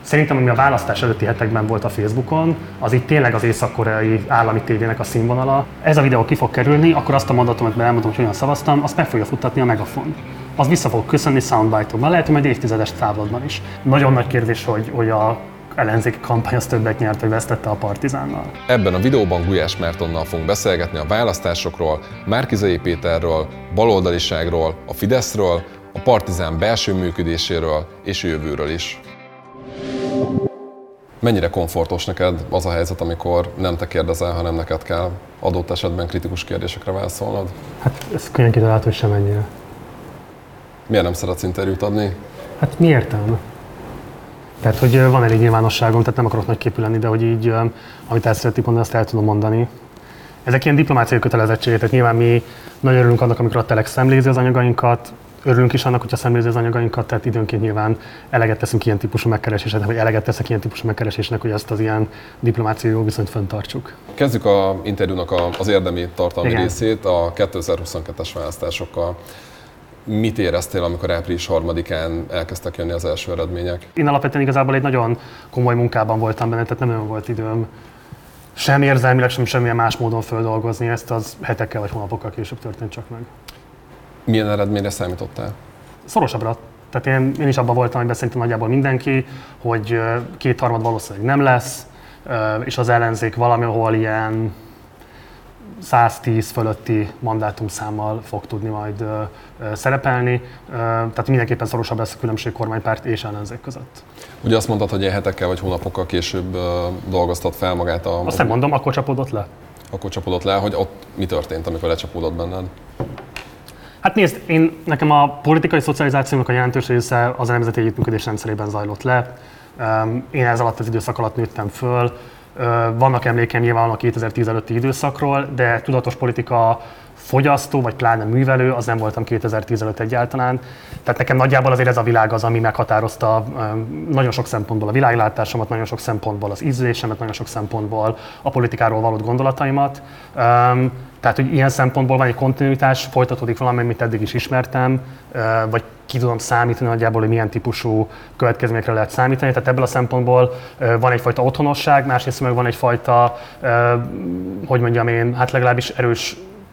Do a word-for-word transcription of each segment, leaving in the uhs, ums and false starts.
Szerintem, ami a választás előtti hetekben volt a Facebookon, az itt tényleg az észak-koreai állami tévének a színvonala. Ez a videó ki fog kerülni, akkor azt a mondatot, amit elmondom, hogy hogyan szavaztam, azt meg fogja futtatni a Megafon. Az vissza fog köszönni soundbite-okban, lehet, hogy majd évtizedes távlatban is. Nagyon nagy kérdés, hogy, hogy a ellenzéki kampány az többet nyert, hogy vesztette a Partizánnal. Ebben a videóban Gulyás Mártonnal fogunk beszélgetni a választásokról, Márki-Zay Péterről, baloldaliságról, a Fideszről, a Partizán belső működéséről és jövőről is. Mennyire komfortos neked az a helyzet, amikor nem te kérdezel, hanem neked kell adott esetben kritikus kérdésekre válaszolnod? Hát ez könnyen kitalálható, hogy semennyire. Miért nem szeretsz interjút adni? Hát mi értelme? Tehát, hogy van elég nyilvánosságom, tehát nem akarok nagyképű lenni, de hogy így, amit el szeretnék mondani, azt el tudom mondani. Ezek ilyen diplomáciai kötelezettségek, tehát nyilván mi nagyon örülünk annak, amikor a Telex szemlézi az anyagainkat, örülünk is annak, hogyha szemlézi az anyagainkat, tehát időnként nyilván eleget teszünk ilyen típusú megkeresésnek, vagy eleget teszek ilyen típusú megkeresésnek, hogy ezt az ilyen diplomáciai jó viszonyt fenntartsuk. Kezdjük az interjúnak az érdemi tartalmi Igen. részét a kétezer-huszonkettes választásokkal. Mit éreztél, amikor április harmadikán elkezdtek jönni az első eredmények? Én alapvetően igazából egy nagyon komoly munkában voltam benne, tehát nem olyan volt időm sem érzelmileg, sem semmilyen más módon földolgozni ezt, az hetekkel vagy hónapokkal később történt csak meg. Milyen eredményre számítottál? Szorosabbra. Tehát én, én is abban voltam, hogy szerintem nagyjából mindenki, hogy kétharmad valószínűleg nem lesz, és az ellenzék valamihol ilyen száztíz fölötti mandátumszámmal fog tudni majd szerepelni, tehát mindenképpen szorosabb lesz a különbség kormánypárt és ellenzék között. Ugye azt mondtad, hogy hetekkel vagy hónapokkal később dolgoztat fel magát a... Azt nem mondom, akkor csapódott le. Akkor csapódott le, hogy ott mi történt, amikor lecsapódott benned? Hát nézd, én, nekem a politikai szocializációnak a jelentős része az a nemzeti együttműködés rendszerében zajlott le. Én ez alatt az időszak alatt nőttem föl. Vannak emlékeim nyilván a kétezer-tíz előtti időszakról, de tudatos politika fogyasztó, vagy pláne művelő, az nem voltam kétezer-tíz előtt egyáltalán. Tehát nekem nagyjából azért ez a világ az, ami meghatározta nagyon sok szempontból a világlátásomat, nagyon sok szempontból az ízlésemet, nagyon sok szempontból a politikáról való gondolataimat. Tehát, hogy ilyen szempontból van egy kontinuitás, folytatódik valami, amit eddig is ismertem, vagy ki tudom számítani nagyjából, hogy milyen típusú következményekre lehet számítani. Tehát ebből a szempontból van egyfajta otthonosság, másrészt meg van egyfajta, hogy mondjam én, hát legalábbis erős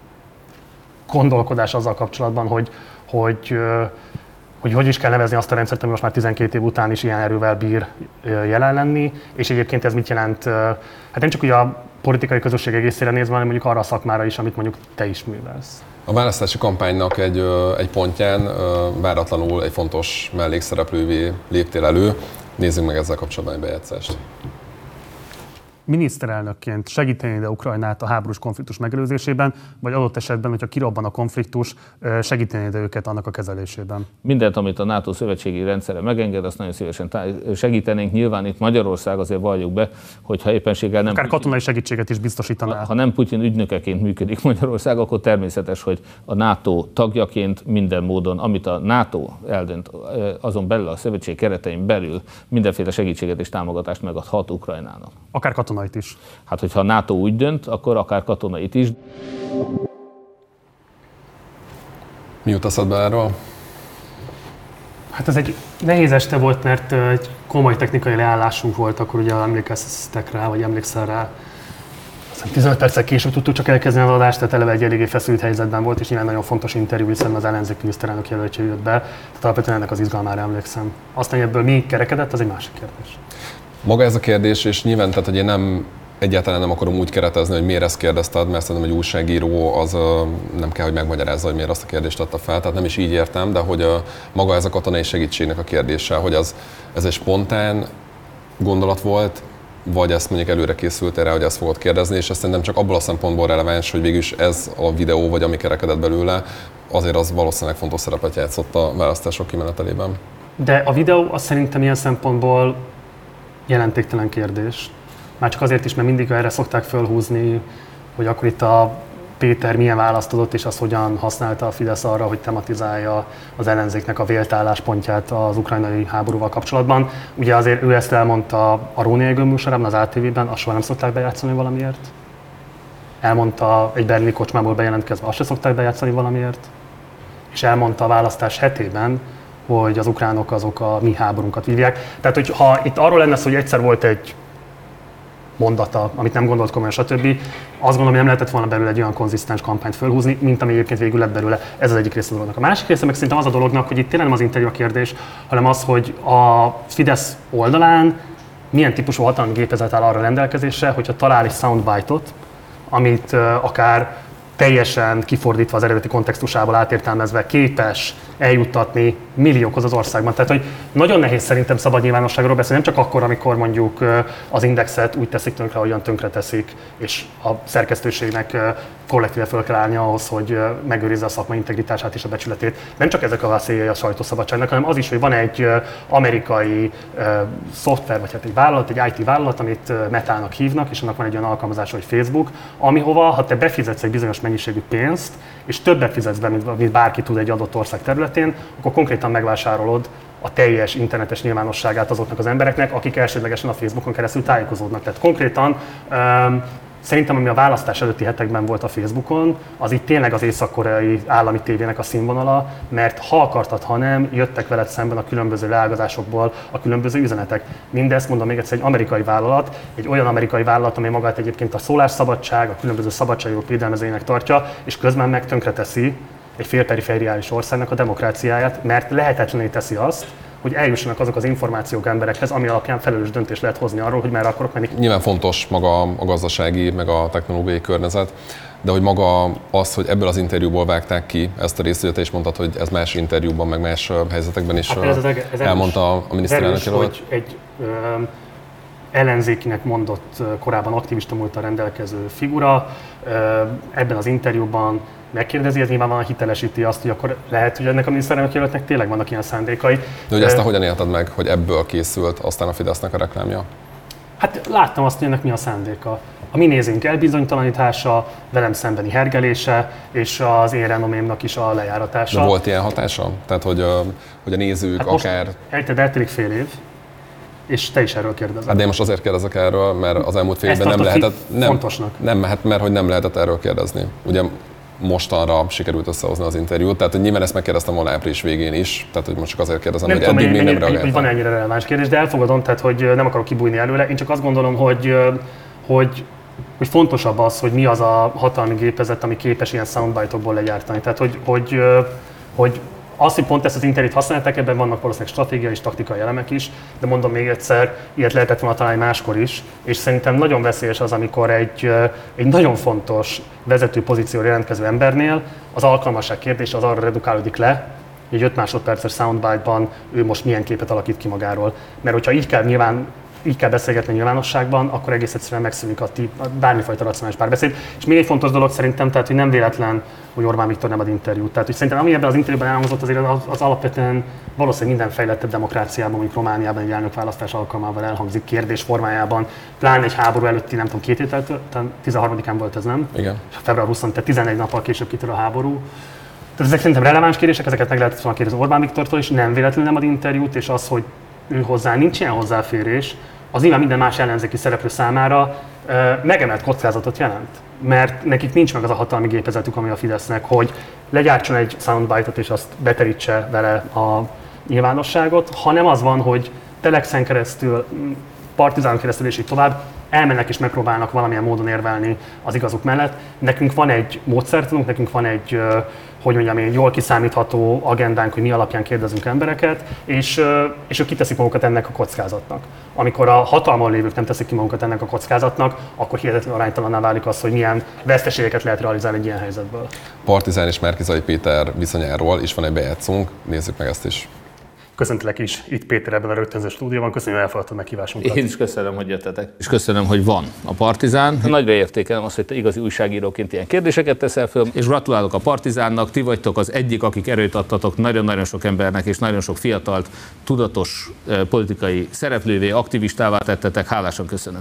gondolkodás azzal kapcsolatban, hogy hogy, hogy hogy is kell nevezni azt a rendszert, ami most már tizenkét év után is ilyen erővel bír jelen lenni, és egyébként ez mit jelent, hát nem csak ugye a politikai közösség egészére nézve, hanem mondjuk arra a szakmára is, amit mondjuk te is művelsz. A választási kampánynak egy, egy pontján váratlanul egy fontos mellékszereplővé léptél elő. Nézzünk meg ezzel kapcsolatban egy bejegyzést. Miniszterelnökként segíteni ide Ukrajnát a háborús konfliktus megelőzésében, vagy adott esetben, hogyha kirobban a konfliktus, segíteni ide őket annak a kezelésében? Mindent, amit a NATO szövetségi rendszere megenged, azt nagyon szívesen segítenénk. Nyilván itt Magyarország, azért valljuk be, hogyha éppenséggel nem... Akár katonai segítséget is biztosítaná. Ha nem Putyin ügynökeként működik Magyarország, akkor természetes, hogy a NATO tagjaként minden módon, amit a NATO eldönt, azon belül a szövetség keretein belül mindenféle segítséget és támogatást megadhat Ukrajnának. Akár katonait is. Hát, hogyha a NATO úgy dönt, akkor akár katonait is. Mi jut eszedbe erről? Hát ez egy nehéz este volt, mert egy komoly technikai leállásunk volt, akkor ugye emlékeztek rá, vagy emlékszel rá. Aztán tizenöt perccel később tudtuk csak elkezdeni az adást, tehát eleve egy eléggé feszült helyzetben volt, és nyilván nagyon fontos interjú, hiszen az ellenzék miniszterelnök jelöltje jött be, tehát alapvetően ennek az izgalmára emlékszem. Aztán ebből mi kerekedett, az egy másik kérdés. Maga ez a kérdés, és nyilván, tehát, hogy én nem, egyáltalán nem akarom úgy keretezni, hogy miért ezt kérdezted, mert szerintem egy újságíró az nem kell, hogy megmagyarázza, hogy miért azt a kérdést adta fel, tehát nem is így értem, de hogy a, maga ez a katonai segítségnek a kérdése, hogy az, ez egy spontán gondolat volt, vagy ezt mondjuk előre készültél rá, hogy ezt fogod kérdezni, és ezt szerintem csak abból a szempontból releváns, hogy végülis ez a videó, vagy ami kerekedett belőle, azért az valószínűleg fontos szerepet játszott a választások kimenetelében. De a videó az szerintem ilyen szempontból jelentéktelen kérdés. Már csak azért is, mert mindig erre szokták fölhúzni, hogy akkor itt a Péter milyen választ adott, és azt hogyan használta a Fidesz arra, hogy tematizálja az ellenzéknek a vélt álláspontját az ukrajnai háborúval kapcsolatban. Ugye azért ő ezt elmondta a Róni Egő műsorában, az á té vében, azt soha nem szokták bejátszani valamiért. Elmondta egy berlini kocsmából bejelentkezve, azt se szokták bejátszani valamiért. És elmondta a választás hetében, hogy az ukránok azok a mi háborunkat vívják. Tehát, hogy ha itt arról lenne szó, hogy egyszer volt egy mondata, amit nem gondolt komolyan, stb. Azt gondolom, hogy nem lehetett volna belőle egy olyan konzisztens kampányt fölhúzni, mint ami egyébként végül lett belőle. Ez az egyik része a dolognak. A másik része meg szerintem az a dolognak, hogy itt tényleg nem az interjú a kérdés, hanem az, hogy a Fidesz oldalán milyen típusú hatalmi gépezet áll arra rendelkezésre, hogyha talál egy soundbite-ot, amit uh, akár teljesen kifordítva az eredeti kontextusából átértelmezve képes eljuttatni milliókhoz az országban. Tehát, hogy nagyon nehéz szerintem szabad nyilvánosságról beszélni, nem csak akkor, amikor mondjuk az Indexet úgy teszik tönkre, ahogyan tönkre teszik, és a szerkesztőségnek kollektíve föl kell állni ahhoz, hogy megőrizze a szakmai integritását és a becsületét. Nem csak ezek a veszélyei a sajtószabadságnak, hanem az is, hogy van egy amerikai szoftver, vagy hát egy vállalat, egy i té vállalat, amit Metának hívnak, és annak van egy olyan alkalmazása, hogy Facebook, amihova, ha te befizetsz egy bizonyos mennyiségű pénzt, és többet fizetsz be, mint, mint bárki tud egy adott ország területén, akkor konkrétan megvásárolod a teljes internetes nyilvánosságát azoknak az embereknek, akik elsődlegesen a Facebookon keresztül tájékozódnak. Tehát konkrétan um, szerintem, ami a választás előtti hetekben volt a Facebookon, az itt tényleg az észak-koreai állami tévének a színvonala, mert ha akartad, ha nem, jöttek veled szemben a különböző leágazásokból a különböző üzenetek. Mindezt mondom még egyszer, egy amerikai vállalat, egy olyan amerikai vállalat, amely magát egyébként a szólásszabadság, a különböző szabadságok védelmezőjének tartja, és közben meg tönkreteszi egy félperifériális országnak a demokráciáját, mert lehetetlené teszi azt, hogy eljussanak azok az információk emberekhez, ami alapján felelős döntést lehet hozni arról, hogy merre akarok menni. Nyilván fontos maga a gazdasági, meg a technológiai környezet, de hogy maga az, hogy ebből az interjúból vágták ki ezt a részt, hogy te is mondtad, hogy ez más interjúban, meg más helyzetekben is hát ez ege, ez elmondta a miniszterelnök jelölt. Hogy egy ö, ellenzékinek mondott korábban aktivista múlttal rendelkező figura ö, ebben az interjúban megkérdezi, ez nyilvánvalóan hitelesíti azt, hogy akkor lehet, hogy ennek a miniszterelnök jelöltnek tényleg vannak ilyen szándékai. De hogy ezt hogyan élted meg, hogy ebből készült aztán a Fidesznek a reklámja? Hát láttam azt, hogy ennek mi a szándéka. A mi nézőnk elbizonytalanítása, velem szembeni hergelése, és az én renomémnak is a lejáratása. De volt ilyen hatása? Tehát, hogy a, hogy a nézők hát akár... Most eltelik fél év, és te is erről kérdezel. Hát de én most azért kérdezek erről, mert az elmúlt fél évben nem lehetett... Nem, fontosnak. Nem mehet, mert hogy nem lehetett erről kérdezni. Ugye mostanra sikerült összehozni az interjút, tehát hogy nyilván ezt megkérdeztem volna április végén is, tehát hogy most csak azért kérdezem, nem hogy tudom, eddig még nem reagáltam. Van ennyire releváns kérdés, de elfogadom, tehát hogy nem akarok kibújni előle. Én csak azt gondolom, hogy, hogy, hogy fontosabb az, hogy mi az a hatalmi gépezet, ami képes ilyen soundbite-okból legyártani. Tehát hogy, hogy, hogy az, hogy pont ezt az interjút használták, ebben vannak valószínűleg stratégiai és taktikai elemek is, de mondom még egyszer, ilyet lehetett volna találni máskor is, és szerintem nagyon veszélyes az, amikor egy, egy nagyon fontos vezető pozícióra jelentkező embernél az alkalmasság kérdése az arra redukálódik le, hogy egy öt másodperces soundbite-ban ő most milyen képet alakít ki magáról. Mert hogyha így kell nyilván így kell beszélgetni nyilvánosságban, akkor egész egyszerűen megszűnik a, ti, a bármifajta racionális párbeszéd. És még egy fontos dolog szerintem, tehát, hogy nem véletlen, hogy Orbán Viktor nem ad interjút. Tehát, hogy szerintem ami ebben az interjúban elhangzott, azért az, az alapvetően valószínűleg minden fejlettebb demokráciában, mondjuk Romániában egy elnökválasztás alkalmával elhangzik kérdés formájában, pláne egy háború előtti, nem tudom, két héttől, tizenharmadikán volt ez, nem? Igen. február huszadikán, tehát tizenegy nappal később kitör a háború. Tehát ezek szerintem releváns kérdések, ezeket meg lehetett volna kérdezni Orbán Viktortól is, nem véletlenül nem ad interjút, és az, hogy ő hozzá nincs ilyen hozzáférés, az nyilván minden más ellenzéki szereplő számára megemelt kockázatot jelent. Mert nekik nincs meg az a hatalmi gépezetük, ami a Fidesznek, hogy legyártson egy soundbite-ot és azt beterítse vele a nyilvánosságot, hanem az van, hogy Telexen keresztül, Partizánon keresztül és így tovább elmennek és megpróbálnak valamilyen módon érvelni az igazuk mellett. Nekünk van egy módszertanunk, nekünk van egy, hogy mondjam én, jól kiszámítható agendánk, hogy mi alapján kérdezünk embereket, és, és ők kiteszik magukat ennek a kockázatnak. Amikor a hatalmon lévők nem teszik ki magukat ennek a kockázatnak, akkor hihetetlenül aránytalanná válik az, hogy milyen veszteségeket lehet realizálni egy ilyen helyzetből. Partizán és Márki-Zay Péter viszonyáról is van egy bejátszónk, nézzük meg ezt is. Köszöntelek is itt Péter ebben a rögtönző stúdióban, köszönöm, hogy elfogadtad meghívásunkat. Én is köszönöm, hogy jöttetek. És köszönöm, hogy van a Partizán. Nagyra értékelem azt, hogy te igazi újságíróként ilyen kérdéseket teszel föl, és gratulálok a Partizánnak. Ti vagytok az egyik, akik erőt adtatok nagyon-nagyon sok embernek, és nagyon sok fiatalt, tudatos eh, politikai szereplővé, aktivistává tettetek. Hálásan köszönöm.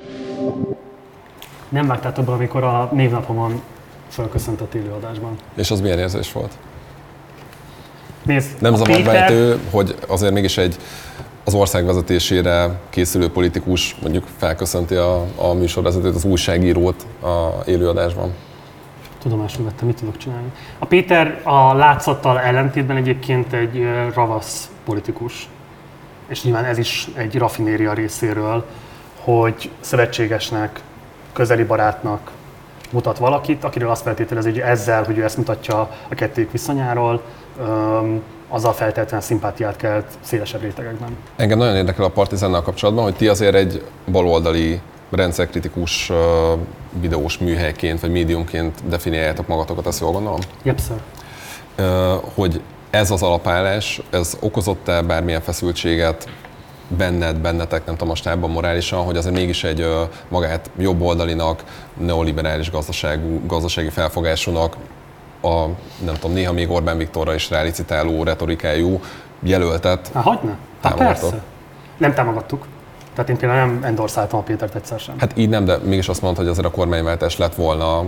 Nem vágtátok be, amikor a névnapomon fölköszönt a tévéadásban. És az milyen érzés volt? Nézd, nem zavarvejtő, Péter... hogy azért mégis egy az ország vezetésére készülő politikus mondjuk felköszönti a, a műsorvezetőt, az újságírót a élőadásban? Tudomásul vettem, mit tudok csinálni. A Péter a látszattal ellentétben egyébként egy ravasz politikus. És nyilván ez is egy raffinéria részéről, hogy szövetségesnek, közeli barátnak mutat valakit, akiről azt feltételezi, hogy ezzel, hogy ő ezt mutatja a kettőjük viszonyáról, öm, azzal feltétlenül szimpátiát kelt szélesebb rétegekben. Engem nagyon érdekel a Partizánnal kapcsolatban, hogy ti azért egy baloldali, rendszerkritikus uh, videós műhelyként vagy médiumként definiáljátok magatokat, ezt jól gondolom? Yep, sir. Uh, hogy ez az alapállás, ez okozott-e bármilyen feszültséget benned, bennetek, nem tudom, a stábban morálisan, hogy azért mégis egy uh, magát jobboldalinak, neoliberális gazdaságú, gazdasági felfogásúnak, a, nem tudom, néha még Orbán Viktorra is rálicitáló retorikájú jelöltet Há, hogyne? Hát persze. Nem támogattuk. Tehát én például nem endorszáltam a Pétert egyszer sem. Hát így nem, de mégis azt mondta, hogy azért a kormányváltás lett volna uh,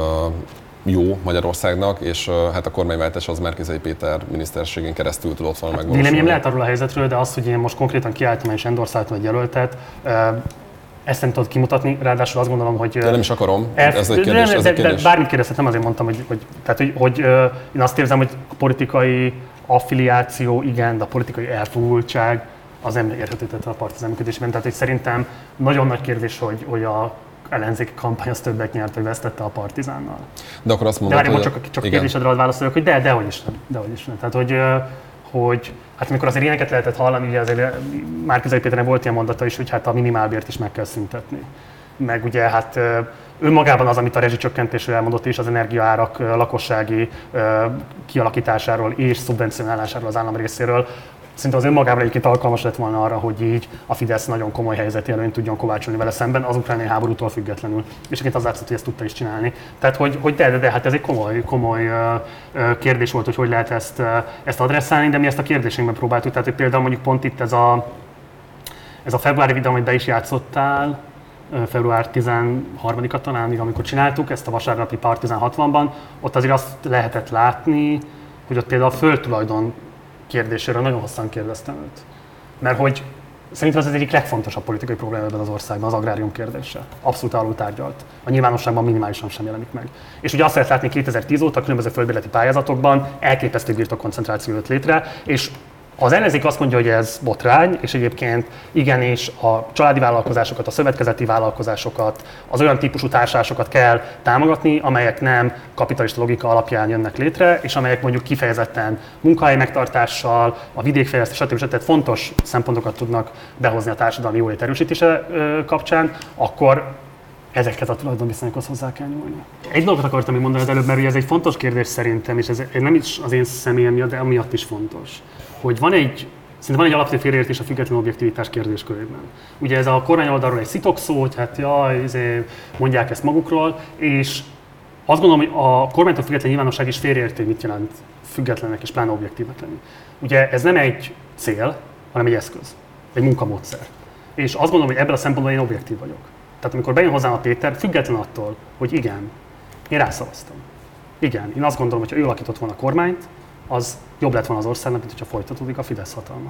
jó Magyarországnak, és uh, hát a kormányváltás az Márki-Zay Péter miniszterségén keresztül tudott volna hát megvalósulni. Véleményem lehet arról a helyzetről, de az, hogy én most konkrétan kiálltam és endorszáltam egy jelöltet, uh, ezt nem tudod kimutatni, ráadásul azt gondolom, hogy... De nem is akarom, elf, ez egy kérdés. De, ez de, egy kérdés. de bármit kérdezhetem, azért mondtam, hogy, hogy, tehát, hogy, hogy uh, én azt érzem, hogy a politikai affiliáció, igen, de a politikai elfogultság az nem érhető a Partizán működésében. Tehát, hogy szerintem nagyon nagy kérdés, hogy, hogy a ellenzéki kampány az többet nyert, vagy vesztette a Partizánnal. De akkor azt mondod, de hogy... csak, csak kérdésedre ad válaszolok, hogy de, dehogy is nem. Dehogy is nem. Tehát, hogy, hogy hát amikor azért ilyeneket lehetett hallani, ugye azért Márki-Zay Péternek volt ilyen mondata is, hogy hát a minimálbért is meg kell szüntetni. Meg ugye hát önmagában az, amit a rezsicsökkentésről elmondott és az energiaárak lakossági kialakításáról és szubvencionálásáról az állam részéről, szerintem az önmagában egyébként alkalmas lett volna arra, hogy így a Fidesz nagyon komoly helyzeti előnyt tudjon kovácsolni vele szemben az ukrajnai háborútól függetlenül. És egyébként az látszott, hogy ezt tudta is csinálni. Tehát, hogy, hogy de, de, de, hát ez egy komoly, komoly uh, kérdés volt, hogy hogy lehet ezt, uh, ezt adresszálni, de mi ezt a kérdésünkben próbáltuk. Tehát, hogy például mondjuk pont itt ez a, ez a februári videó, amit be is játszottál, uh, február tizenharmadika talán, amikor csináltuk ezt a vasárnapi Partizán hatvanban, ott azért azt lehetett látni, hogy ott például a földtulajdon kérdéséről nagyon hosszan kérdeztem őt. Mert hogy szerintem ez az egyik legfontosabb politikai probléma ebben az országban, az agrárium kérdése. Abszolút alul tárgyalt. A nyilvánosságban minimálisan sem jelenik meg. És ugye azt lehet látni kétezer-tíz óta a különböző földbérleti pályázatokban elképesztő birtokkoncentráció jött létre, és az ellenzék azt mondja, hogy ez botrány, és egyébként igenis a családi vállalkozásokat, a szövetkezeti vállalkozásokat, az olyan típusú társaságokat kell támogatni, amelyek nem kapitalista logika alapján jönnek létre, és amelyek mondjuk kifejezetten munkahely megtartással, a vidékfejlesztés, stb. stb. Tehát fontos szempontokat tudnak behozni a társadalmi jólét erősítése kapcsán, akkor ezeket a tulajdonviszonyokhoz hozzá kell nyúlni. Egy dolgot akartam még mondani az előbb, mert ugye ez egy fontos kérdés szerintem, és ez nem is az én személyem miatt, de amiatt is fontos, hogy van egy, szerintem van egy alapvető félreértés a független objektivitás kérdéskörében. Ugye ez a kormány oldalról egy szitokszó, hogy hát jaj, mondják ezt magukról, és azt gondolom, hogy a kormánytól független nyilvánosság is félreérti, mit jelent függetlenek és pláne objektívnek lenni. Ugye ez nem egy cél, hanem egy eszköz, egy munkamódszer. És azt gondolom, hogy ebből a szempontból én objektív vagyok. Tehát amikor bejön hozzám a Péter, független attól, hogy igen, én rászavaztam. Igen, én azt gondolom, hogy ha ő alakított volna a kormányt, az jobb lett volna az országnak, mint hogyha folytatódik a Fidesz hatalma.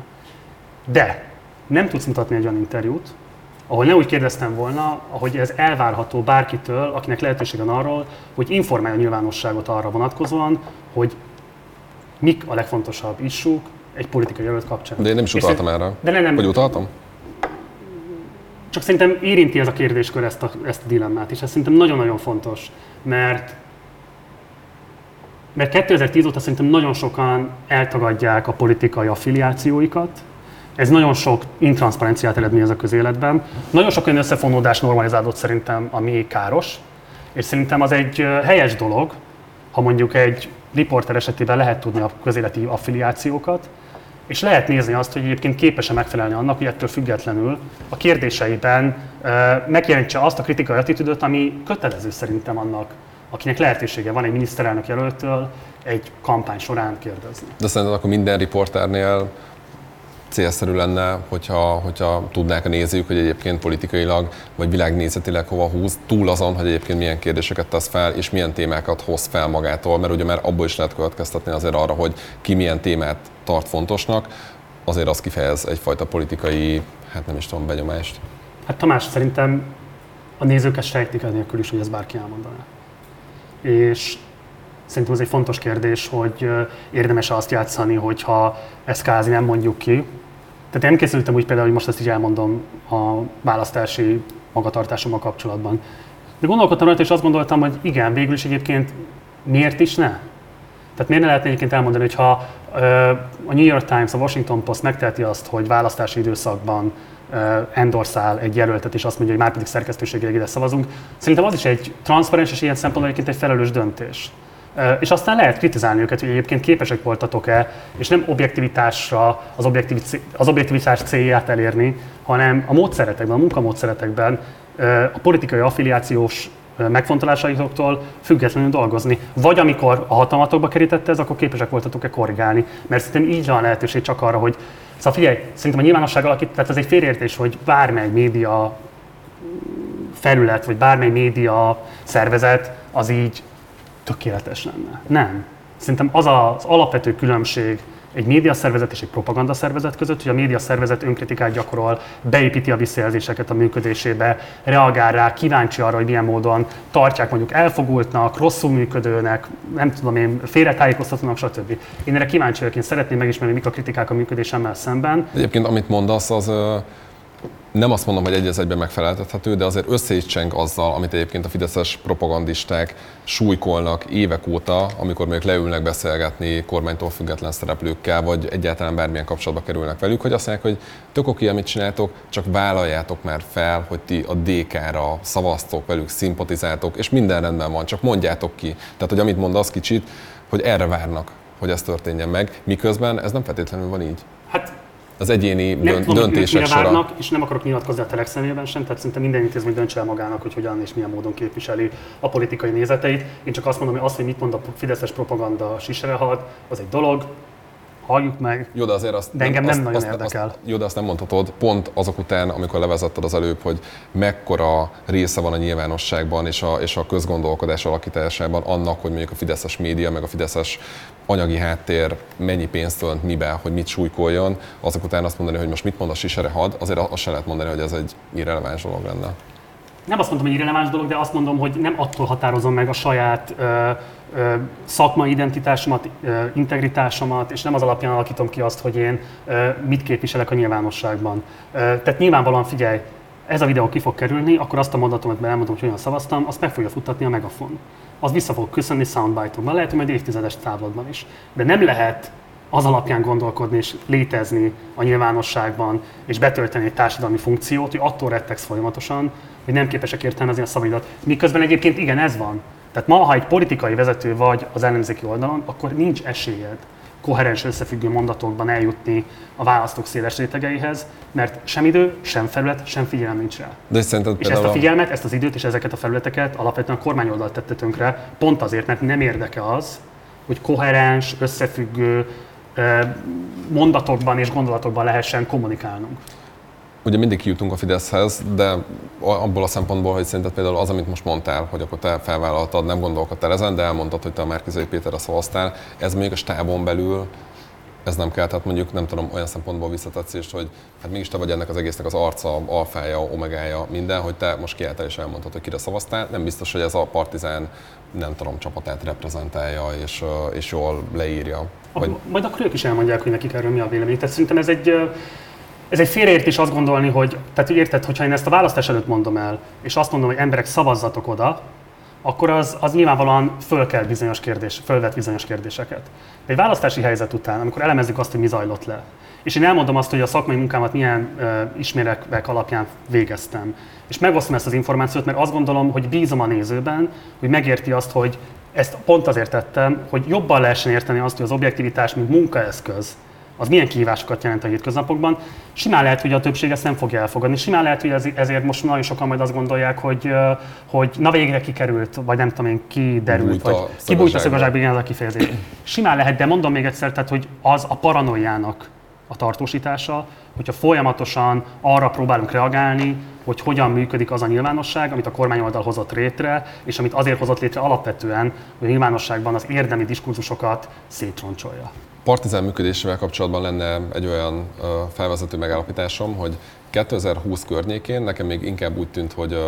De nem tudsz mutatni egy olyan interjút, ahol ne úgy kérdeztem volna, ahogy ez elvárható bárkitől, akinek lehetősége van arról, hogy informálja a nyilvánosságot arra vonatkozóan, hogy mik a legfontosabb issúk egy politikai jelölt kapcsán. De én nem is utaltam erre. De nem, nem. Vagy utaltam? Csak szerintem érinti ez a kérdéskör ezt a, ezt a dilemmát, és ez szerintem nagyon-nagyon fontos, mert Mert kétezer-tíz óta szerintem nagyon sokan eltagadják a politikai affiliációikat. Ez nagyon sok intranszparenciát eredményez a közéletben. Nagyon sok olyan összefonódás normalizálódott szerintem, ami káros. És szerintem az egy helyes dolog, ha mondjuk egy riporter esetében lehet tudni a közéleti affiliációkat, és lehet nézni azt, hogy egyébként képes-e megfelelni annak, hogy ettől függetlenül a kérdéseiben megjelentse azt a kritikai attitűdöt, ami kötelező szerintem annak, akinek lehetősége van egy miniszterelnök jelöltől egy kampány során kérdezni. De szerinted akkor minden riporternél célszerű lenne, hogyha, hogyha tudnák a nézők, hogy egyébként politikailag vagy világnézetileg hova húz, túl azon, hogy egyébként milyen kérdéseket tesz fel, és milyen témákat hoz fel magától, mert ugye már abból is lehet következtetni azért arra, hogy ki milyen témát tart fontosnak, azért az kifejez egyfajta politikai, hát nem is tudom, benyomást. Hát Tamás, szerintem a nézők ezt sejtik ennélkül is, hogy ez bárki elmondaná. és szerintem ez egy fontos kérdés, hogy érdemes azt játszani, hogyha ezt kázi nem mondjuk ki. Tehát én készültem úgy például, hogy most ezt így elmondom a választási magatartásommal kapcsolatban. De gondolkodtam rajta, és azt gondoltam, hogy igen, végül is egyébként miért is ne? Tehát miért ne lehetne egyébként elmondani, hogy ha a New York Times, a Washington Post megteheti azt, hogy választási időszakban endorszál egy jelöltet, és azt mondja, hogy már pedig szerkesztőségileg ide szavazunk, szerintem az is egy transzparens és ilyen szempontból egyébként egy felelős döntés. És aztán lehet kritizálni őket, hogy egyébként képesek voltatok-e, és nem objektivitásra, az, az objektivitás célját elérni, hanem a módszeretekben, a munkamódszeretekben, a politikai affiliációs megfontolásaitoktól függetlenül dolgozni. Vagy amikor a hatalmatokba kerítette ez, akkor képesek voltatok-e korrigálni. Mert szerintem így van lehetőség csak arra, hogy... Szóval figyelj, szerintem a nyilvánosság alakít, tehát ez egy félreértés, hogy bármely média felület, vagy bármely média szervezet, az így tökéletes lenne. Nem. Szerintem az az alapvető különbség egy médiaszervezet és egy propagandaszervezet között, hogy a médiaszervezet önkritikát gyakorol, beépíti a visszajelzéseket a működésébe, reagál rá, kíváncsi arra, hogy milyen módon tartják mondjuk elfogultnak, rosszul működőnek, nem tudom én, félretájékoztatónak, stb. Én erre kíváncsi vagyok, én szeretném megismerni, mik a kritikák a működésemmel szemben. Egyébként amit mondasz, az nem azt mondom, hogy egy az egyben megfeleltethető, de azért összeítseng azzal, amit egyébként a fideszes propagandisták súlykolnak évek óta, amikor még leülnek beszélgetni kormánytól független szereplőkkel, vagy egyáltalán bármilyen kapcsolatba kerülnek velük, hogy azt mondják, hogy tök oké, amit csináltok, csak vállaljátok már fel, hogy ti a dé ká-ra szavaztok velük, szimpatizáltok, és minden rendben van, csak mondjátok ki. Tehát, hogy amit mondasz kicsit, hogy erre várnak, hogy ez történjen meg, miközben ez nem feltétlenül van így. Hát, az egyéni nem dönt, tudom, döntések sora. Várnak, és nem akarok nyilatkozni a Telex szemében sem, tehát szinte minden intézmény döntse el magának, hogy hogyan és milyen módon képviseli a politikai nézeteit. Én csak azt mondom, hogy azt, hogy mit mond a fideszes propaganda siserehad, az egy dolog, halljuk meg, jó, de, azért azt de engem nem, azt, nem nagyon azt, érdekel. Azt, jó, de azt nem mondhatod, pont azok után, amikor levezetted az előbb, hogy mekkora része van a nyilvánosságban és a, és a közgondolkodás alakításában annak, hogy mondjuk a fideszes média, meg a fideszes anyagi háttér mennyi pénzt önt mibe, hogy mit súlykoljon, azok után azt mondani, hogy most mit mond a siserehad, azért azt sem lehet mondani, hogy ez egy irreleváns dolog lenne. Nem azt mondom, hogy irreleváns dolog, de azt mondom, hogy nem attól határozom meg a saját ö, ö, szakmai identitásomat, ö, integritásomat, és nem az alapján alakítom ki azt, hogy én ö, mit képviselek a nyilvánosságban. Ö, tehát nyilvánvalóan figyelj, ez a videó ki fog kerülni, akkor azt a mondatomat elmondom, hogy hogyan szavaztam, azt meg fogja futtatni a Megafon. Az vissza fog köszönni soundbite-okban, lehet, hogy majd évtizedes távlatban is. De nem lehet az alapján gondolkodni és létezni a nyilvánosságban, és betölteni egy társadalmi funkciót, hogy attól rettegsz folyamatosan, hogy nem képesek értelmezni a szavaidat. Miközben egyébként igen, ez van. Tehát ma, ha egy politikai vezető vagy az ellenzéki oldalon, akkor nincs esélyed koherens összefüggő mondatokban eljutni a választók széles rétegeihez, mert sem idő, sem felület, sem figyelem nincs rá. De és és ezt a figyelmet, ezt az időt és ezeket a felületeket alapvetően a kormányoldal tette tönkre, pont azért, mert nem érdeke az, hogy koherens, összefüggő mondatokban és gondolatokban lehessen kommunikálnunk. Ugye mindig kijutunk a Fideszhez, de abból a szempontból, hogy szerinted például az, amit most mondtál, hogy akkor te felvállaltad, nem gondolkodtál ezen, de elmondtad, hogy te a Márki-Zay Péterre szavaztál, ez mondjuk a stábon belül, ez nem kell, tehát mondjuk nem tudom, olyan szempontból visszatetszést, hogy hát mégis te vagy ennek az egésznek az arca, alfája, omegája, minden, hogy te most kiálltál és elmondtad, hogy kire szavaztál, nem biztos, hogy ez a Partizán, nem tudom, csapatát reprezentálja és, és jól leírja. Vagy... Majd akkor ők is elmondják, hogy nekik erről mi a vélemény. Tehát szerintem ez egy, ez egy félreértés azt gondolni, hogy, tehát érted, hogyha én ezt a választás előtt mondom el, és azt mondom, hogy emberek szavazzatok oda, akkor az, az nyilvánvalóan föl kell bizonyos kérdés, fölvet bizonyos kérdéseket. Egy választási helyzet után, amikor elemezzük azt, hogy mi zajlott le, és én elmondom azt, hogy a szakmai munkámat milyen uh, ismeretek alapján végeztem, és megosztom ezt az információt, mert azt gondolom, hogy bízom a nézőben, hogy megérti azt, hogy ezt pont azért tettem, hogy jobban lehessen érteni azt, hogy az objektivitás, mint munkaeszköz, az milyen kihívásokat jelent a hétköznapokban. Simán lehet, hogy a többség ezt nem fogja elfogadni. Simán lehet, hogy ezért most nagyon sokan majd azt gondolják, hogy, hogy na végre kikerült, vagy nem tudom én, kiderült, vagy kibújt a szögazsákba, igen, az a kifejezés. Simán lehet, de mondom még egyszer, tehát, hogy az a paranoiának a tartósítása, hogyha folyamatosan arra próbálunk reagálni, hogy hogyan működik az a nyilvánosság, amit a kormányoldal hozott létre, és amit azért hozott létre alapvetően, hogy a nyilvánosságban az érdemi diskurzusokat szétroncsolja. Partizán működésével kapcsolatban lenne egy olyan uh, felvezető megállapításom, hogy kétezer-húsz környékén nekem még inkább úgy tűnt, hogy uh,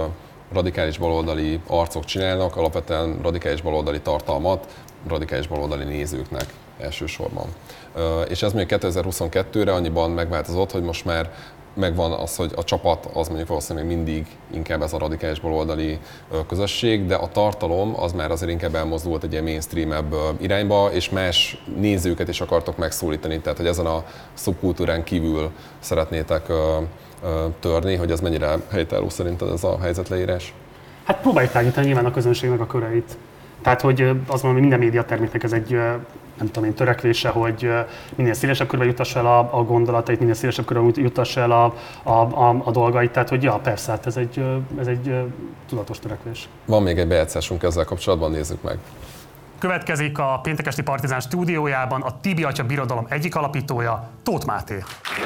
radikális baloldali arcok csinálnak, alapvetően radikális baloldali tartalmat radikális baloldali nézőknek elsősorban. És ez még kétezer-huszonkettőre annyiban megváltozott, hogy most már megvan az, hogy a csapat az mondjuk valószínűleg mindig inkább ez a radikális baloldali közösség, de a tartalom az már azért inkább elmozdult egy ilyen mainstream-ebb irányba, és más nézőket is akartok megszólítani, tehát hogy ezen a szubkultúrán kívül szeretnétek törni, hogy ez mennyire helytálló szerinted ez a helyzetleírás? Hát próbáljuk tágítani nyilván a közönségnek a köreit. Tehát, hogy azt mondom, hogy minden médiaterméknek ez egy, nem tudom én, törekvése, hogy minél szélesebb körben jutassa el a, a gondolatait, minél szélesebb körben jutassa el a, a, a, a dolgait. Tehát, hogy ja, persze, hát ez egy, ez egy tudatos törekvés. Van még egy bejátszásunk ezzel kapcsolatban, nézzük meg. Következik a Péntekesti Partizán stúdiójában a Tibi Atya Birodalom egyik alapítója, Tóth Máté.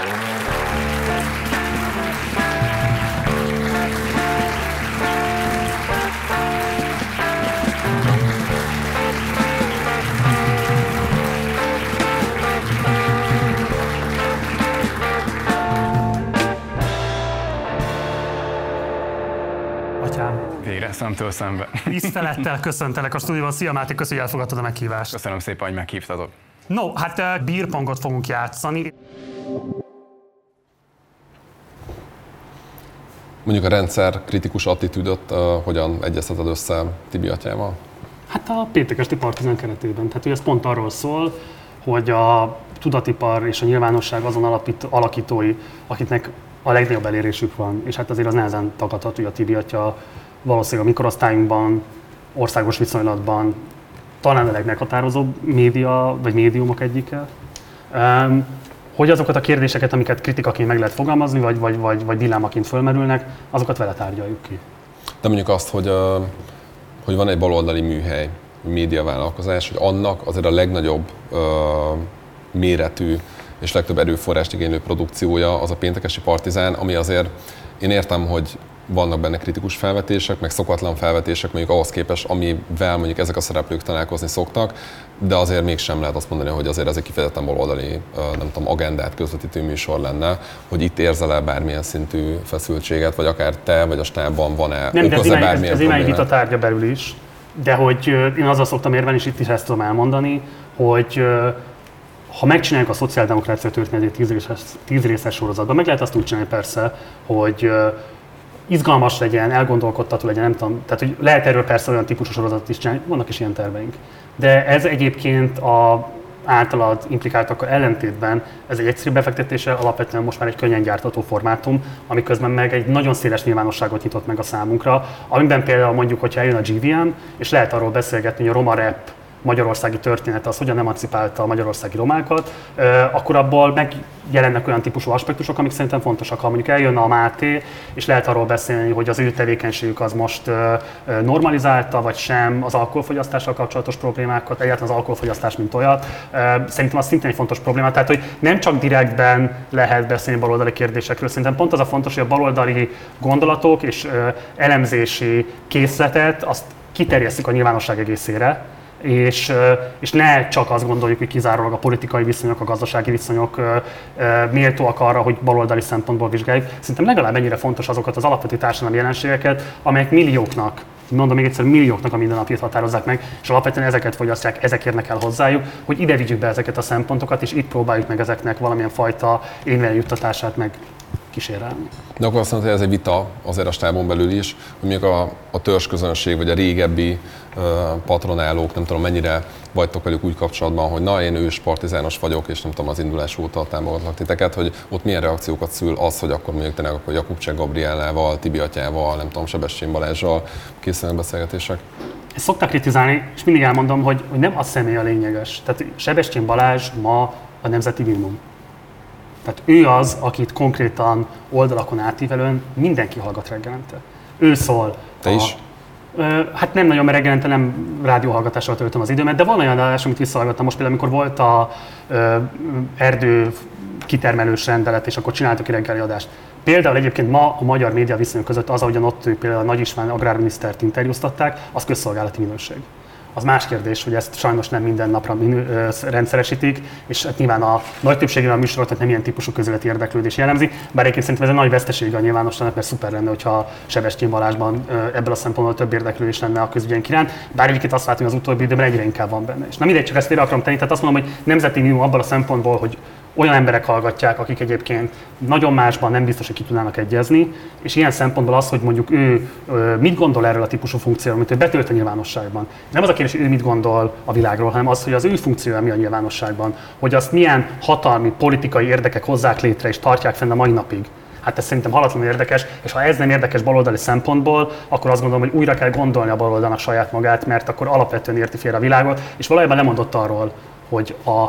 Végre, szemtől szembe. Tisztelettel köszöntelek a stúdióban. Szia Máté, köszönöm, hogy elfogadtad a meghívást. Köszönöm szépen, hogy meghívtatok. No, hát beerpongot fogunk játszani. Mondjuk a rendszer kritikus attitűdöt uh, hogyan egyezteted össze Tibi Atyával? Hát a Péntekesti Partizán keretében. Tehát ugye ez pont arról szól, hogy a tudatipar és a nyilvánosság azon alapít, alakítói, akiknek a legnagyobb elérésük van, és hát azért az nehezen tagadható, hogy a Tibi Atya valószínűleg a mikorosztályunkban, országos viszonylatban talán a legmeghatározóbb média, vagy médiumok egyike. Um, hogy azokat a kérdéseket, amiket kritikaként meg lehet fogalmazni, vagy, vagy, vagy, vagy dilemmaként fölmerülnek, azokat vele tárgyaljuk ki. De mondjuk azt, hogy, uh, hogy van egy baloldali műhely, médiavállalkozás, hogy annak azért a legnagyobb uh, méretű és legtöbb erőforrást igénylő produkciója az a Péntekesi Partizán, ami azért, én értem, hogy vannak benne kritikus felvetések, meg szokatlan felvetések, mondjuk ahhoz képest, amivel mondjuk ezek a szereplők találkozni szoktak, de azért mégsem lehet azt mondani, hogy azért ez egy kifejezetten baloldali, nem tudom, agendát közvetítő műsor lenne, hogy itt érzel el bármilyen szintű feszültséget, vagy akár te, vagy a stábban van-e nem, okoz-e bármilyen problémát? Ez imány vita tárgya belül is, de hogy én azzal szoktam érvelni, és itt is ezt tudom elmondani, hogy ha megcsináljuk a szociáldemokrácia történetét tíz részes, tíz részes sorozatban, meg lehet azt úgy csinálni persze, hogy izgalmas legyen, elgondolkodtató legyen, nem tudom, tehát hogy lehet erről persze olyan típusú sorozatot is csinálni, vannak is ilyen terveink. De ez egyébként a általad implikáltakkal ellentétben, ez egy egyszerű befektetéssel alapvetően most már egy könnyen gyártható formátum, ami közben meg egy nagyon széles nyilvánosságot nyitott meg a számunkra, amiben például mondjuk, hogyha eljön a gé vé em, és lehet arról beszélgetni, hogy a roma rap magyarországi történet az hogyan emancipálta a magyarországi romákat, akkor abból megjelennek olyan típusú aspektusok, amik szerintem fontosak. Ha mondjuk eljön a Máté, és lehet arról beszélni, hogy az ő tevékenységük az most normalizálta, vagy sem az alkoholfogyasztással kapcsolatos problémákat, egyáltalán az alkoholfogyasztás, mint olyat. Szerintem az szintén egy fontos probléma. Tehát, hogy nem csak direktben lehet beszélni baloldali kérdésekről, szerintem pont az a fontos, hogy a baloldali gondolatok és elemzési készletet azt kiterjesszük a nyilvánosság egészére. És, és ne csak azt gondoljuk, hogy kizárólag a politikai viszonyok, a gazdasági viszonyok méltóak arra, hogy baloldali szempontból vizsgáljuk. Szerintem legalább ennyire fontos azokat az alapvető társadalmi jelenségeket, amelyek millióknak, mondom még egyszer, millióknak a mindennapját határozzák meg, és alapvetően ezeket fogyasztják, ezek érnek el hozzájuk, hogy ide vigyük be ezeket a szempontokat, és itt próbáljuk meg ezeknek valamilyen fajta érvényre juttatását meg kísérelni. De akkor azt mondod, hogy ez egy vita azért a stábon belül is, hogy mondjuk a, a törzsközönség, vagy a régebbi uh, patronálók, nem tudom mennyire vagytok velük úgy kapcsolatban, hogy na, én ős partizános vagyok, és nem tudom, az indulás óta támogatlak titeket, hogy ott milyen reakciókat szül az, hogy akkor mondjuk tényleg akkor Jakubcsák Gabriellával, Tibi Atyával, nem tudom, Sebestyén Balázssal készülnek beszélgetések? Ezt szokták kritizálni, és mindig elmondom, hogy, hogy nem a személy a lényeges. Tehát Sebestyén Balázs ma a nemzeti minimum. Tehát ő az, akit konkrétan oldalakon átívelően mindenki hallgat reggelente. Ő szól. Te a, is? Ö, hát nem nagyon, mert reggelente nem rádióhallgatással töltöm az időmet, de van olyan adás, amit visszahallgattam most például, amikor volt a ö, erdő kitermelős rendelet, és akkor csináltak egy reggeli adást. Például egyébként ma a magyar média viszonyok között az, ahogyan ott ők például a Nagy István agrárminisztert interjúztatták, az közszolgálati minőség. az más kérdés, hogy ezt sajnos nem minden napra minő, rendszeresítik, és hát nyilván a nagy többségében a műsorot nem ilyen típusú közéleti érdeklődés jellemzi, bár egyébként szerintem ez egy nagy vesztesége a nyilvánosságnak, mert szuper lenne, hogyha Sebestyén Balázsban ebből a szempontból több érdeklődés lenne a közügyeink iránt, bár egyébként azt látom, hogy az utóbbi időben egyre inkább van benne. És na mindegy, csak ezt félre akarom tenni, tehát azt mondom, hogy nemzeti minimum abban a szempontból, hogy olyan emberek hallgatják, akik egyébként nagyon másban nem biztos, hogy ki tudnának egyezni, és ilyen szempontból az, hogy mondjuk ő mit gondol erről a típusú funkcióról, amit ő betölt a nyilvánosságban. Nem az a kérdés, hogy ő mit gondol a világról, hanem az, hogy az ő funkciója mi a nyilvánosságban, hogy azt milyen hatalmi, politikai érdekek hozzák létre és tartják fenn a mai napig. Hát ez szerintem halatlanul érdekes, és ha ez nem érdekes baloldali szempontból, akkor azt gondolom, hogy újra kell gondolni a baloldalnak saját magát, mert akkor alapvetően érti félre a világot, és valójában lemondott arról, hogy a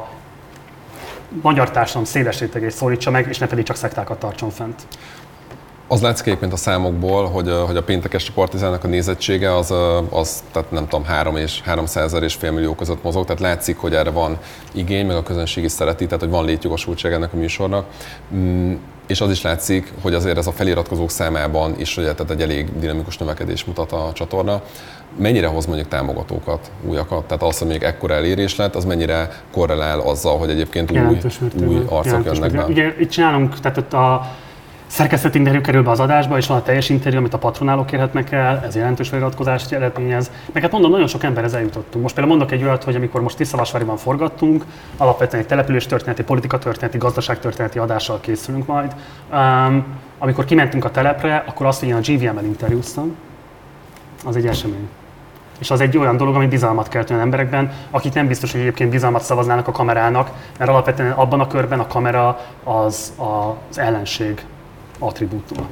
magyar társadalom széles rétegét szólítsa meg, és ne pedig csak szektákat tartson fent. Az látszik egyébként a számokból, hogy, hogy a péntekes Partizánnak a nézettsége az, az tehát nem tudom, három és háromszázezer és fél millió között mozog, tehát látszik, hogy erre van igény, meg a közönség is szereti, tehát hogy van létjogosultság ennek a műsornak. És az is látszik, hogy azért ez a feliratkozók számában is, ugye, tehát egy elég dinamikus növekedés mutat a csatorna. Mennyire hoz mondjuk támogatókat, újakat? Tehát az, hogy még ekkora elérés lett, az mennyire korrelál azzal, hogy egyébként új, új arcok jönnek be? Ugye itt csinálunk, tehát ott a szerkesztett interjú kerül be az adásba, és van a teljes interjú, amit a patronálók érhetnek el, ez jelentős feliratkozást eredményez. Meg hát mondom, nagyon sok emberhez eljutottunk. Most például mondok egy olyat, hogy amikor most Tiszavasváriban forgattunk, alapvetően egy településtörténeti, politikatörténeti, gazdaságtörténeti adással készülünk majd. Um, amikor kimentünk a telepre, akkor azt, hogy én a gé vé em-el interjúztam, az egy esemény. És az egy olyan dolog, ami bizalmat kelt olyan emberekben, akik nem biztos, hogy egyébként bizalmat szavaznának a kamerának, mert alapvetően abban a körben a kamera az az ellenség attribútuma.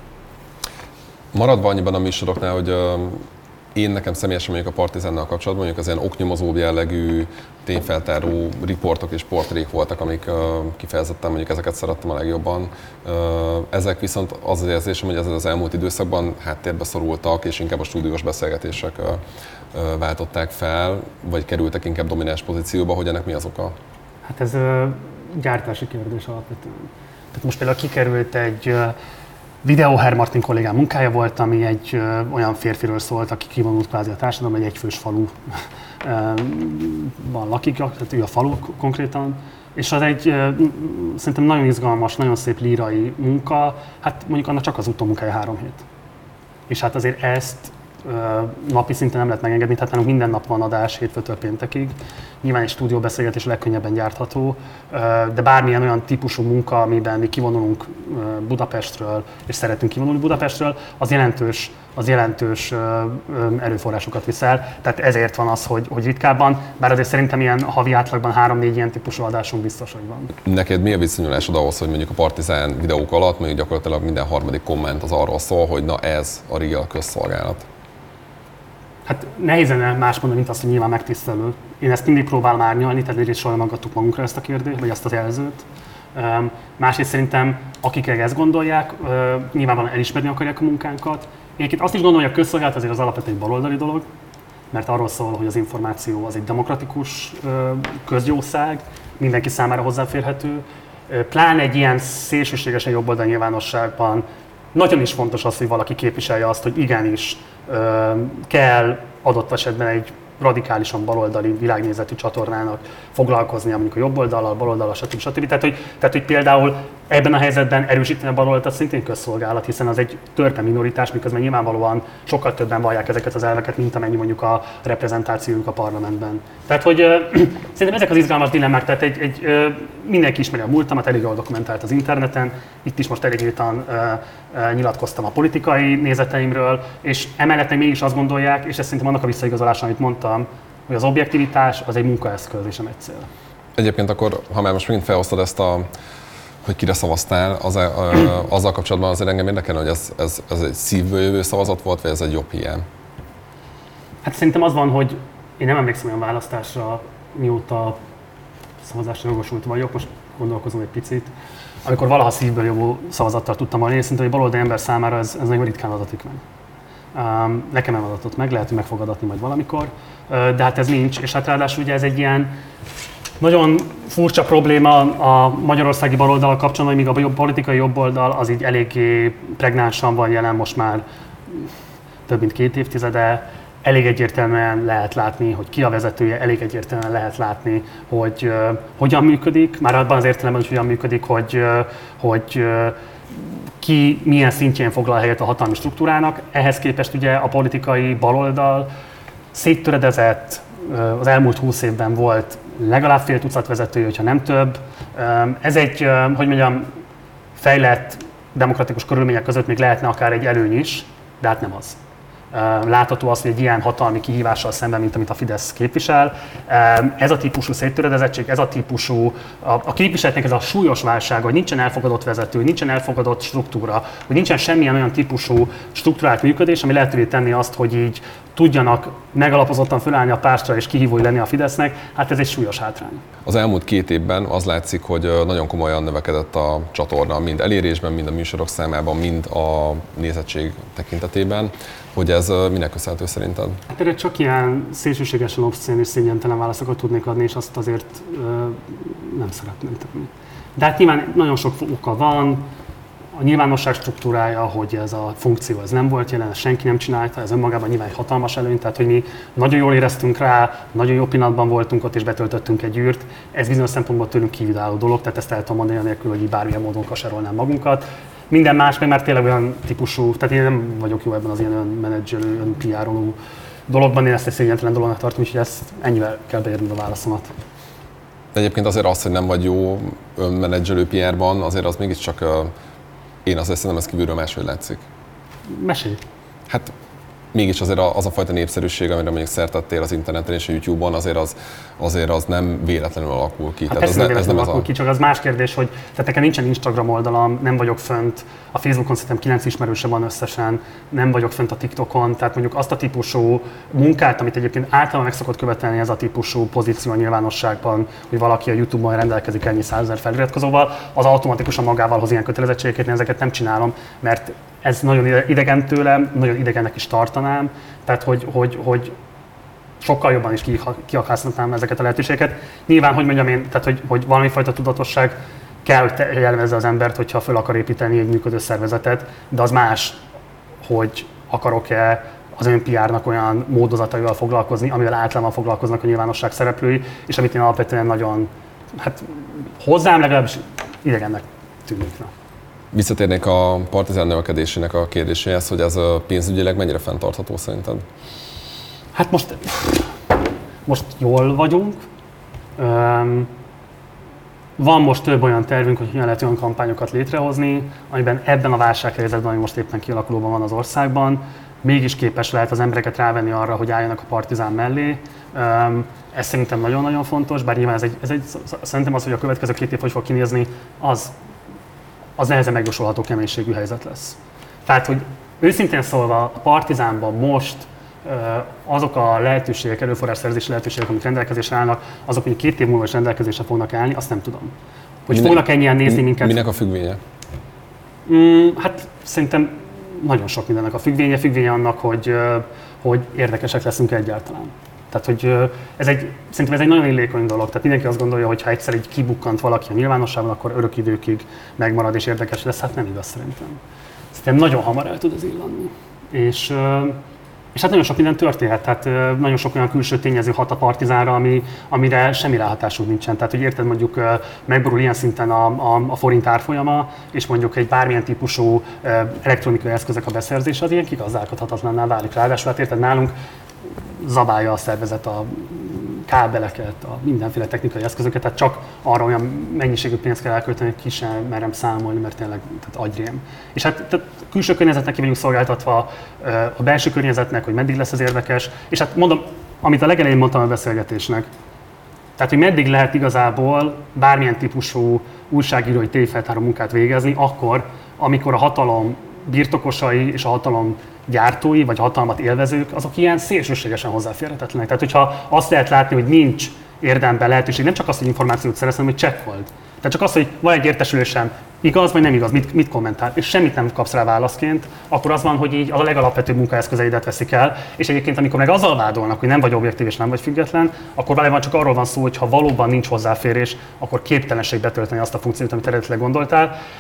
Maradva annyiban a műsoroknál, hogy uh, én nekem személyesen mondjuk a Partizánnal kapcsolatban, mondjuk az ilyen oknyomozó jellegű, tényfeltáró riportok és portrék voltak, amik uh, kifejezetten mondjuk ezeket szerettem a legjobban. Uh, ezek viszont az az érzésem, hogy ezzel az elmúlt időszakban háttérbe szorultak, és inkább a stúdiós beszélgetések uh, uh, váltották fel, vagy kerültek inkább domináns pozícióba, hogy ennek mi az oka? Hát ez uh, gyártási kérdés alapvetően. Tehát most például kikerült egy uh, Videó Herr Martin kollégám munkája volt, ami egy ö, olyan férfiről szólt, aki kivonult kvázi a társadalom, egy egyfős faluban lakik, tehát ő a falu konkrétan. És az egy ö, szerintem nagyon izgalmas, nagyon szép lírai munka, hát mondjuk annak csak az utómunkája három hét. És hát azért ezt ö, napi szinten nem lehet megengedni, tehát nálunk minden nap van adás hétfőtől péntekig. Nyilván egy stúdióbeszélgetés legkönnyebben gyártható, de bármilyen olyan típusú munka, amiben mi kivonulunk Budapestről, és szeretünk kivonulni Budapestről, az jelentős, az jelentős erőforrásokat viszel. Tehát ezért van az, hogy, hogy ritkábban, bár azért szerintem ilyen havi átlagban három-négy ilyen típusú adásunk biztos, hogy van. Neked mi a viszonyulásod ahhoz, hogy mondjuk a Partizán videók alatt mondjuk gyakorlatilag minden harmadik komment az arról szól, hogy na ez a real közszolgálat? Hát nehéz lenne más mondani, mint azt, hogy nyilván megtisztelő. Én ezt mindig próbálom árnyalni, tehát egyrészt soha magadtuk magunkra ezt a kérdést, vagy ezt az jelzőt. Um, másrészt szerintem, akik ezt gondolják, uh, nyilvánvalóan elismerni akarják a munkánkat. Egyébként azt is gondolom, hogy a közszolgálat azért az alapvetően egy baloldali dolog, mert arról szól, hogy az információ az egy demokratikus uh, közjószág, mindenki számára hozzáférhető. Uh, pláne egy ilyen szélsőségesen jobboldali nyilvánosságban nagyon is fontos az, hogy valaki képviselje azt, hogy igenis ö, kell adott esetben egy radikálisan baloldali világnézetű csatornának foglalkoznia mondjuk a jobb oldallal, baloldallal, stb. stb. Tehát hogy, tehát, hogy például ebben a helyzetben erősíteni a baloldalt az szintén közszolgálat, hiszen az egy törpe minoritás, miközben nyilvánvalóan sokkal többen vallják ezeket az elveket, mint amennyi mondjuk a reprezentációjuk a parlamentben. Tehát, hogy ö, szerintem ezek az izgalmas dilemmák, tehát egy, egy, ö, mindenki ismeri a múltamat, elég jól dokumentált az interneten, itt is most elég nyíltan ö, ö, nyilatkoztam a politikai nézeteimről, és emellett még mégis azt gondolják, és ez szerintem annak a visszaigazolása, amit mondtam, hogy az objektivitás az egy munkaeszköz és nem egy cél. Egyébként akkor, ha már most megint felhoztad ezt a, hogy kire szavaztál, az, a, azzal kapcsolatban azért engem érdekelne, hogy ez, ez, ez egy szívből jövő szavazat volt, vagy ez egy jobb hiány? Hát szerintem az van, hogy én nem emlékszem olyan választásra, mióta szavazásra jogosult vagyok, most gondolkozom egy picit, amikor valaha szívből jövő szavazattal tudtam volna, és szerintem egy baloldali ember számára ez, ez nagyon ritkán adatik meg. Um, nekem nem adatott meg, lehet, hogy meg fog adatni majd valamikor, uh, de hát ez nincs, és hát ráadásul ugye ez egy ilyen nagyon furcsa probléma a magyarországi baloldal kapcsolatban, hogy míg a politikai jobboldal az így eléggé pregnánsan van jelen most már több mint két évtizede, elég egyértelműen lehet látni, hogy ki a vezetője, elég egyértelműen lehet látni, hogy uh, hogyan működik, már abban az értelemben, hogy hogyan működik, hogy, uh, hogy uh, ki milyen szintjén foglal helyet a hatalmi struktúrának. Ehhez képest ugye a politikai baloldal széttöredezett, uh, az elmúlt húsz évben volt legalább fél tucat vezetője, hogyha nem több. Um, ez egy, uh, hogy mondjam, fejlett demokratikus körülmények között még lehetne akár egy előny is, de hát nem az. Látható az, hogy egy ilyen hatalmi kihívással szemben, mint amit a Fidesz képvisel. Ez a típusú széttöredezettség, ez a típusú, a, a képviseletnek ez a súlyos válsága, hogy nincsen elfogadott vezető, nincsen elfogadott struktúra, hogy nincsen semmilyen olyan típusú struktúrált működés, ami lehetővé tenni azt, hogy így tudjanak megalapozottan fölállni a pártra és kihívói lenni a Fidesznek, hát ez egy súlyos hátrány. Az elmúlt két évben az látszik, hogy nagyon komolyan növekedett a csatorna, mind elérésben, mind a műsorok számában, mind a nézettség tekintetében. Hogy ez minek köszönhető szerinted? Hát erre csak ilyen szélsőségesen obszcén és szégyentelen válaszokat tudnék adni, és azt azért ö, nem szeretném tenni. De hát nyilván nagyon sok oka van. A nyilvánosság struktúrája, hogy ez a funkció ez nem volt jelen, senki nem csinálta, ez önmagában nyilván egy hatalmas előny, tehát hogy mi nagyon jól éreztünk rá, nagyon jó pillanatban voltunk ott és betöltöttünk egy űrt. Ez bizonyos szempontból tőlünk kívülálló dolog, tehát ezt el tudom mondani anélkül, hogy így bármilyen módon kasárolnám magunkat. Minden más meg már tényleg olyan típusú, tehát én nem vagyok jó ebben az ilyen önmenedzselő, ön pé er-oló dologban, én ezt egy szégyentelen dolognak tartom, úgyhogy ezt ennyivel kell beérni a válaszomat. De egyébként azért az, hogy nem vagy jó önmenedzselő pé er-ban, azért az mégiscsak uh, én azért szerintem ez kívülről máshogy látszik. Mesélj! Hát mégis azért az a fajta népszerűség, amire mondjuk szertettél az interneten és a YouTube-on, azért az, azért az nem véletlenül alakul ki. Hát tehát ez nem véletlenül ez nem alakul a... ki, csak az más kérdés, hogy tehát nekem nincsen Instagram oldalam, nem vagyok fönt, a Facebookon szerintem kilenc ismerőse van összesen, nem vagyok fönt a TikTokon, tehát mondjuk azt a típusú munkát, amit egyébként általában meg szokott követelni ez a típusú pozíció a nyilvánosságban, hogy valaki a YouTube-on rendelkezik ennyi százezer feliratkozóval, az automatikusan magával hoz ilyen kötelezettségeket, én ezeket nem csinálom, mert ez nagyon idegen tőlem, nagyon idegennek is tartanám, tehát hogy, hogy, hogy sokkal jobban is kihasználnám ezeket a lehetőségeket. Nyilván, hogy mondjam én, tehát hogy, hogy valami fajta tudatosság kell, hogy jellemezze az embert, hogyha föl akar építeni egy működő szervezetet, de az más, hogy akarok-e az ön pé er-nak olyan módozataival foglalkozni, amivel általában foglalkoznak a nyilvánosság szereplői, és amit én alapvetően nagyon, hát hozzám legalábbis idegennek tűnik. Na. Visszatérnék a Partizán növekedésének a kérdéséhez, hogy ez pénzügyileg mennyire fenntartható szerinted? Hát most, most jól vagyunk. Um, van most több olyan tervünk, hogy hogyan lehet olyan kampányokat létrehozni, amiben ebben a válsághelyzetben, ami most éppen kialakulóban van az országban, mégis képes lehet az embereket rávenni arra, hogy álljanak a Partizán mellé. Um, ez szerintem nagyon-nagyon fontos, bár nyilván ez egy, ez egy, szerintem az, hogy a következő két év hogy fog kinézni, az az nehezen megjósolható keménységű helyzet lesz. Tehát, hogy őszintén szólva a Partizánban most azok a lehetőségek, erőforrásszerzési lehetőségek, amik rendelkezésre állnak, azok, hogy két év múlva is rendelkezésre fognak állni, azt nem tudom. Hogy Mine, fognak ennyien nézni minket. Minek a függvénye? Mm, hát szerintem nagyon sok mindennek a függvénye, függvénye annak, hogy, hogy érdekesek leszünk egyáltalán. Tehát, hogy ez egy, szerintem ez egy nagyon illékony dolog. Tehát mindenki azt gondolja, hogy ha egyszer így kibukkant valaki a nyilvánosságban, akkor örök időkig megmarad és érdekes lesz. Hát nem igaz szerintem. Szerintem nagyon hamar el tud ez illanni. És, és hát nagyon sok minden történhet. Tehát nagyon sok olyan külső tényező hat a Partizánra, ami, amire semmi ráhatásunk nincsen. Tehát, hogy érted, mondjuk megborul ilyen szinten a, a, a forint árfolyama, és mondjuk egy bármilyen típusú elektronikai eszközök a beszerzése, az ilyen kigazdálkodhatatlanná válik. Ráadásul hát érted, nálunk zabálja a szervezet a kábeleket, a mindenféle technikai eszközöket, tehát csak arra olyan mennyiségű pénzt kell elkölteni, hogy ki sem merem számolni, mert tényleg tehát agyrém. És hát tehát külső környezetnek ki vagyunk szolgáltatva, a belső környezetnek, hogy meddig lesz az érdekes, és hát mondom, amit a legelején mondtam a beszélgetésnek, tehát hogy meddig lehet igazából bármilyen típusú újságírói tévfeltáró munkát végezni, akkor, amikor a hatalom birtokosai és a hatalom gyártói vagy hatalmat élvezők, azok ilyen szélsőségesen hozzáférhetetlenek. Tehát, hogyha azt lehet látni, hogy nincs érdemben lehetőség, nem csak azt, hogy információt szerez, hanem hogy csekkold. Tehát csak az, hogy van egy értesülésem, igaz vagy nem igaz, mit, mit kommentál, és semmit nem kapsz rá válaszként, akkor az van, hogy így az a legalapvetőbb munkaeszközeidet veszik el, és egyébként amikor meg azzal vádolnak, hogy nem vagy objektív és nem vagy független, akkor valójában csak arról van szó, hogy ha valóban nincs hozzáférés, akkor képtelenség betölteni azt a funkciót, amit eredetileg gondoltál.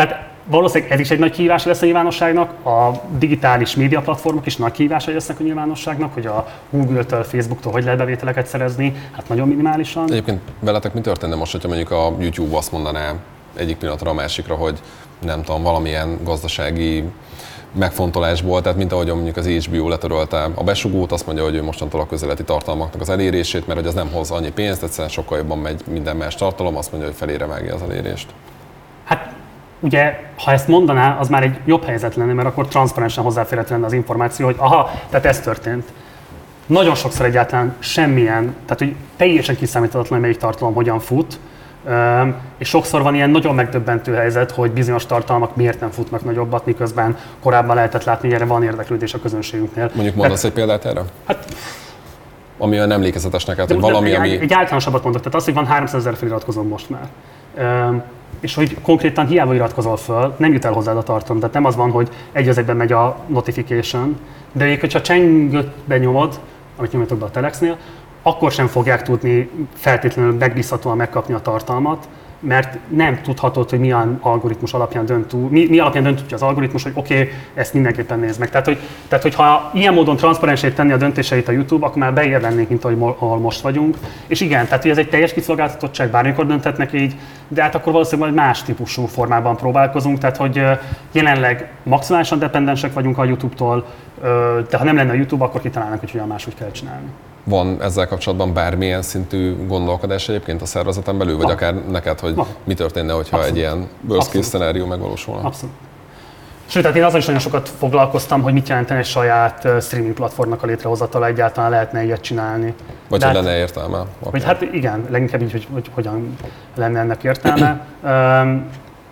Tehát valószínűleg ez is egy nagy kihívás lesz a nyilvánosságnak, a digitális média platformok is nagy kihívásai lesznek a nyilvánosságnak, hogy a Google-től, Facebooktól hogy lehet bevételeket szerezni, hát nagyon minimálisan. Egyébként veletek mi történne most, hogyha mondjuk a YouTube azt mondaná egyik pillanatra a másikra, hogy nem tudom, valamilyen gazdasági megfontolásból, tehát mint ahogy mondjuk az há bé o letörölte a besugót, azt mondja, hogy ő mostantól a közéleti tartalmaknak az elérését, mert hogy az nem hoz annyi pénzt, egyszerűen sokkal jobban megy minden más tartalom, azt mondja, hogy felére vágja az elérést. Hát ugye, ha ezt mondaná, az már egy jobb helyzet lenne, mert akkor transzparensen hozzáférhető lenne az információ, hogy aha, tehát ez történt. Nagyon sokszor egyáltalán semmilyen, tehát hogy teljesen kiszámíthatatlan, melyik tartalom hogyan fut, és sokszor van ilyen nagyon megdöbbentő helyzet, hogy bizonyos tartalmak miért nem futnak nagyobbat, miközben korábban lehetett látni, hogy erre van érdeklődés a közönségünknél. Mondjuk mondasz egy példát erre? Hát, ami olyan emlékezetes neked, hogy valami, egy, ami... Egy általánosabbat mondok, tehát az, hogy van háromszázezer feliratkozó most már. És hogy konkrétan hiába iratkozol föl, nem jut el hozzád a tartalom. Tehát nem az van, hogy egy az egyben megy a notification, de még hogyha csengőt benyomod, amit nyomjatok be a Telexnél, akkor sem fogják tudni feltétlenül megbízhatóan megkapni a tartalmat, mert nem tudhatod, hogy milyen algoritmus alapján dönt, mi, mi alapján dönt az algoritmus, hogy oké, okay, ezt mindenképpen nézd meg. Tehát, hogy, tehát, hogyha ilyen módon transzparensé tenni a döntéseit a YouTube, akkor már bejebb lennénk, mint ahogy, ahol most vagyunk. És igen, tehát hogy ez egy teljes kiszolgáltatottság, bármikor dönthetnek így, de hát akkor valószínűleg majd más típusú formában próbálkozunk, tehát hogy jelenleg maximálisan dependensek vagyunk a YouTube-tól, de ha nem lenne a YouTube, akkor kitalálnak, hogy hogyan máshogy kell csinálni. Van ezzel kapcsolatban bármilyen szintű gondolkodás egyébként a szervezeten belül, vagy van. Akár neked, hogy van. Mi történne, hogyha Abszolút. Egy ilyen worst case szenárió megvalósulna? Abszolút. Sőt, tehát én azzal is nagyon sokat foglalkoztam, hogy mit jelentene egy saját streaming platformnak a létrehozatala, egyáltalán lehetne ilyet csinálni. Vagy De hogy hát, lenne értelme? Okay. Hogy hát igen, leginkább így, hogy, hogy hogyan lenne ennek értelme. um,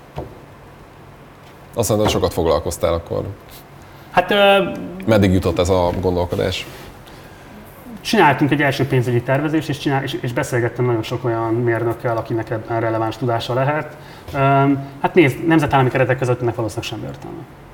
Azt mondom, hogy sokat foglalkoztál akkor. Hát... Uh, Meddig jutott ez a gondolkodás? Csináltunk egy első pénzügyi tervezést, és, csinál, és, és beszélgettem nagyon sok olyan mérnökkel, akinek ebben releváns tudása lehet. Um, hát nézd, nemzetállami keretek között ennek valószínűleg sem értelme.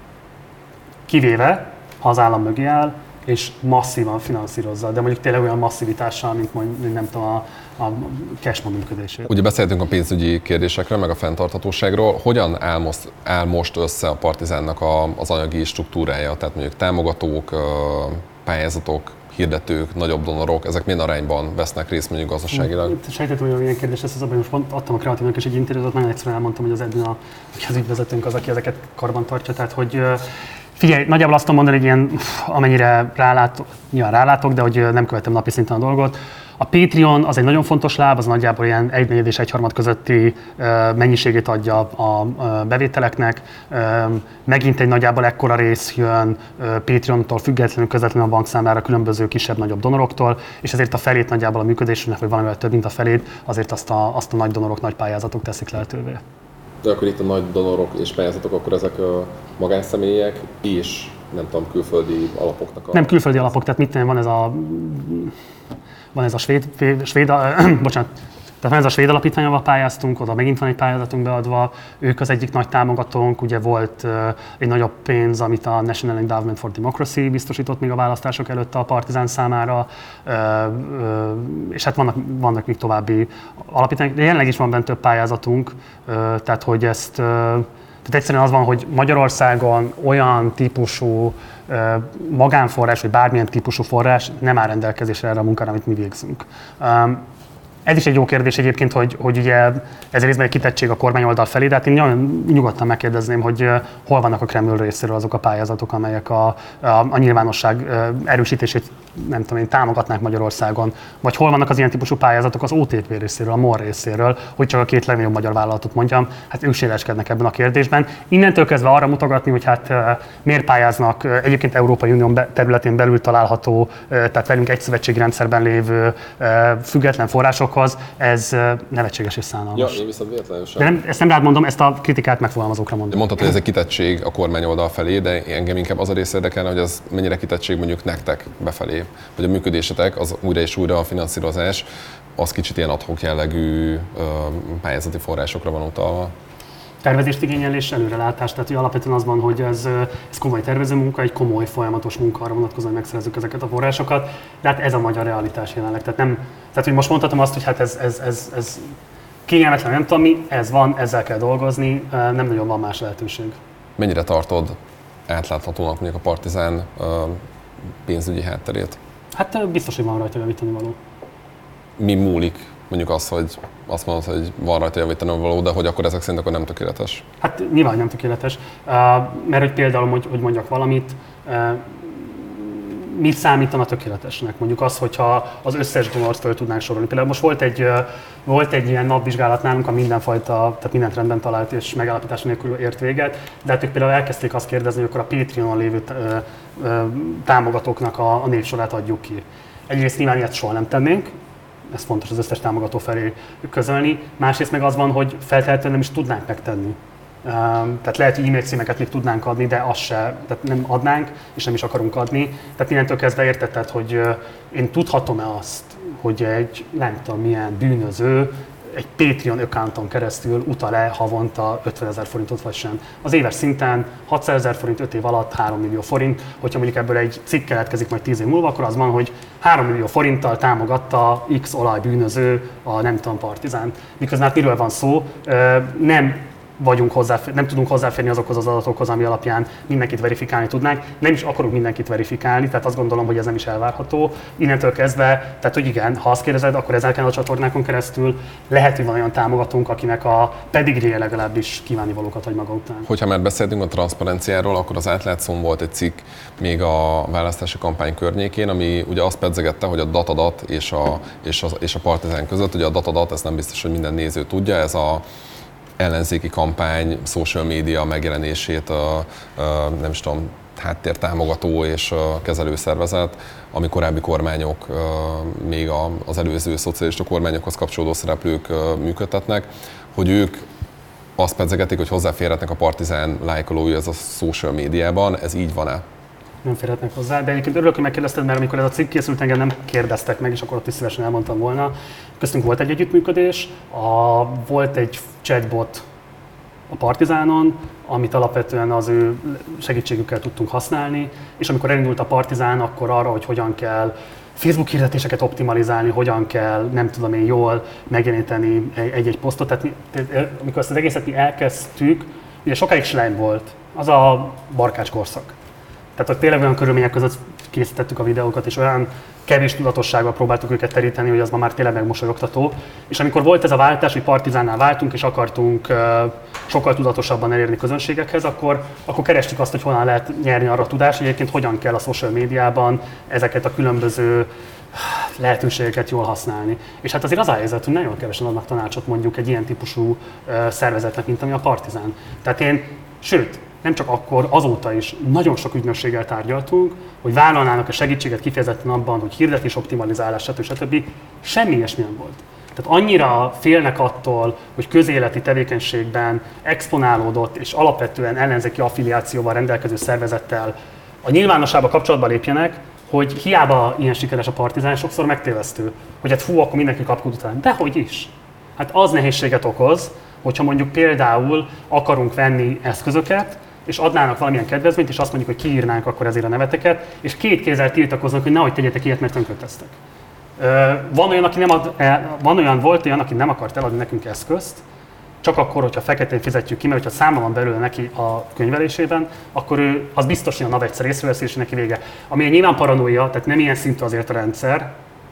Kivéve, ha az állam mögé áll, és masszívan finanszírozza, de mondjuk tényleg olyan masszivitással, mint mondjuk, nem tudom, a, a Cashma működését. Ugye beszéltünk a pénzügyi kérdésekről, meg a fenntarthatóságról. Hogyan áll most, áll most össze a Partizánnak a, az anyagi struktúrája? Tehát mondjuk támogatók, pályázatok, hirdetők, nagyobb donorok, ezek milyen arányban vesznek részt mondjuk gazdaságilag? Sejtettem, hogy ilyen kérdés lesz, az abban, most adtam a Kreatívnak is egy interjút, nagyon egyszerűen elmondtam, hogy az Edna, az ügyvezetőnk az, aki ezeket karban tartja, tehát hogy figyelj, nagyjából azt tudom mondani, hogy ilyen, amennyire rálátok, nyilván rálátok, de hogy nem követem napi szinten a dolgot. A Patreon az egy nagyon fontos láb, az nagyjából ilyen egynegyed és egyharmad közötti mennyiségét adja a bevételeknek. Megint egy nagyjából ekkora rész jön Patreontól függetlenül közvetlenül a bankszámlára különböző kisebb-nagyobb donoroktól, és ezért a felét nagyjából a működésünknek, vagy valamivel több, mint a felét, azért azt a, azt a nagy donorok, nagy pályázatok teszik lehetővé. De akkor itt a nagy donorok és pályázatok, akkor ezek a magánszemélyek és nem tudom, külföldi alapoknak a... Nem külföldi alapok, tehát mit van ez a... Van ez a svéd, svéd bocsánat, tehát van ez a svéd alapítvány, ahol pályáztunk, oda megint van egy pályázatunk beadva, ők az egyik nagy támogatónk, ugye volt uh, egy nagyobb pénz, amit a National Endowment for Democracy biztosított még a választások előtt a Partizán számára, uh, uh, és hát vannak, vannak még további alapítványok, de jelenleg is van benne több pályázatunk, uh, tehát hogy ezt, uh, tehát egyszerűen az van, hogy Magyarországon olyan típusú magánforrás, vagy bármilyen típusú forrás nem áll rendelkezésre erre a munkára, amit mi végzünk. Ez is egy jó kérdés egyébként, hogy, hogy ugye ez részben egy kitettség a kormányoldal felé, de hát én nagyon nyugodtan megkérdezném, hogy hol vannak a Kreml részéről azok a pályázatok, amelyek a, a, a nyilvánosság erősítését nem tudom én, támogatnák Magyarországon, vagy hol vannak az ilyen típusú pályázatok az o té pé részéről, a MOL részéről, hogy csak a két legnagyobb magyar vállalatot mondjam, hát ők séreleskednek ebben a kérdésben. Innentől kezdve arra mutogatni, hogy hát miért pályáznak egyébként Európai Unió területén belül található, tehát velünk egy szövetségi rendszerben lévő független forrásokhoz, ez nevetséges és szánalmas. Ja, én viszont véletlenül sem. De nem, ezt nem rád mondom, ezt a kritikát megfogalmazókra mondom. Mondtad, hogy ez egy kitettség a kormányoldal felé, de engem inkább az a rész érdekelne, hogy ez mennyire kitettség mondjuk nektek befelé, hogy a működésetek, az újra és újra a finanszírozás, az kicsit ilyen ad-hoc jellegű pályázati forrásokra van utalva. Tervezést igényel és előrelátás, tehát hogy alapvetően az van, hogy ez, ez komoly tervezőmunka, egy komoly folyamatos munka arra vonatkozóan, hogy megszerezzük ezeket a forrásokat, de hát ez a magyar realitás jelenleg. Tehát, nem, tehát hogy most mondhatom azt, hogy hát ez, ez, ez, ez kényelmetlen, nem tudom mi, ez van, ezzel kell dolgozni, nem nagyon van más lehetőség. Mennyire tartod átláthatónak mondjuk a Partizán pénzügyi hátterét? Hát biztos, hogy van rajta javítani való. Mi múlik mondjuk az, hogy azt mondod, hogy van rajta javítani való, de hogy akkor ezek szerint akkor nem tökéletes? Hát nyilván nem tökéletes, mert hogy például, hogy mondjak valamit, mi számítana tökéletesnek? Mondjuk az, hogyha az összes donort föl tudnánk sorolni. Például most volt egy, volt egy ilyen napvizsgálat nálunk, a mindenfajta, tehát mindent rendben talált és megállapítás nélkül ért véget, de hát ők például elkezdték azt kérdezni, hogy akkor a Patreonon lévő támogatóknak a, a névsorát adjuk ki. Egyrészt nyilván ilyet soha nem tennénk, ez fontos az összes támogató felé közölni, másrészt meg az van, hogy feltehetően nem is tudnánk megtenni. Tehát lehet, hogy e-mail címeket még tudnánk adni, de azt se, tehát nem adnánk, és nem is akarunk adni. Tehát innentől kezdve értetted, hogy én tudhatom-e azt, hogy egy nem tudom milyen bűnöző egy Patreon accounton keresztül utal-e havonta ötvenezer forintot vagy sem. Az éves szinten hatszázezer forint, öt év alatt három millió forint. Hogyha mondjuk ebből egy cikk keletkezik majd tíz év múlva, akkor az van, hogy három millió forinttal támogatta X olajbűnöző a nem tudom Partizánt. Miközben hát miről van szó, nem vagyunk hozzáfér, nem tudunk hozzáférni azokhoz az adatokhoz, ami alapján mindenkit verifikálni tudnánk. Nem is akarunk mindenkit verifikálni, tehát azt gondolom, hogy ez nem is elvárható. Innentől kezdve, tehát hogy igen, ha azt kérdezed, akkor ezeken a csatornákon keresztül lehet, hogy van olyan támogatónk, akinek a pedigréje legalábbis kívánnivalókat hagy maga után. Hogyha már beszéltünk a transzparenciáról, akkor az átlátszón volt egy cikk még a választási kampány környékén, ami ugye azt pedzegette, hogy a datadat és a, és a, és a Partizán között, ugye a datadat, ezt nem biztos, hogy minden néző tudja, ez a ellenzéki kampány, social media megjelenését, a, a, nem is tudom, háttértámogató és a kezelőszervezet, ami korábbi kormányok, még az előző szocialista kormányokhoz kapcsolódó szereplők működtetnek, hogy ők azt pedzegetik, hogy hozzáférhetnek a Partizán lájkolói ez a social médiában, ez így van-e? Nem férhetnek hozzá, de egyébként örülök, hogy megkérdezted, mert amikor ez a cikk készült, engem nem kérdeztek meg, és akkor ott is szívesen elmondtam volna. Köztünk volt egy együttműködés, a, volt egy chatbot a Partizánon, amit alapvetően az ő segítségükkel tudtunk használni, és amikor elindult a Partizán, akkor arra, hogy hogyan kell Facebook hirdetéseket optimalizálni, hogyan kell, nem tudom én, jól megjeleníteni egy-egy posztot. Tehát amikor ezt az egészet mi elkezdtük, ugye sokáig slime volt, az a barkács korszak. Tehát, hogy tényleg olyan körülmények között készítettük a videókat, és olyan kevés tudatossággal próbáltuk őket teríteni, hogy az ma már tényleg megmosolyogtató. És amikor volt ez a váltás, hogy Partizánnál váltunk, és akartunk uh, sokkal tudatosabban elérni közönségekhez, akkor, akkor kerestük azt, hogy honnan lehet nyerni arra tudást, hogy egyébként hogyan kell a social médiában ezeket a különböző lehetőségeket jól használni. És hát azért az a helyzet, hogy nagyon kevesen adnak tanácsot mondjuk egy ilyen típusú uh, szervezetnek, mint ami a Partizán. Tehát én, sőt, nem csak akkor, azóta is nagyon sok ügynökséggel tárgyaltunk, hogy vállalnának a segítséget kifejezetten abban, hogy hirdetés optimalizálás, stb. stb. Semmi ilyesmi nem volt. Tehát annyira félnek attól, hogy közéleti tevékenységben exponálódott és alapvetően ellenzéki affiliációval rendelkező szervezettel a nyilvánosságba kapcsolatba lépjenek, hogy hiába ilyen sikeres a Partizán, sokszor megtévesztő, hogy hát fú, akkor mindenki kapkod után. Dehogy is. Hát az nehézséget okoz, hogyha mondjuk például akarunk venni eszközöket, és adnának valamilyen kedvezményt, és azt mondjuk, hogy kiírnánk akkor ezért a neveteket, és két kézzel tiltakoznak, hogy nehogy tegyetek ilyet, mert tönkretesztek. Van olyan, aki nem ad, van olyan, volt olyan, aki nem akart eladni nekünk eszközt, csak akkor, hogyha feketén fizetjük ki, mert hogyha száma van belőle neki a könyvelésében, akkor ő az biztos, hogy a NAV egyszer észreveszi, és neki vége. Ami nyilván paranoia, tehát nem ilyen szintű azért a rendszer,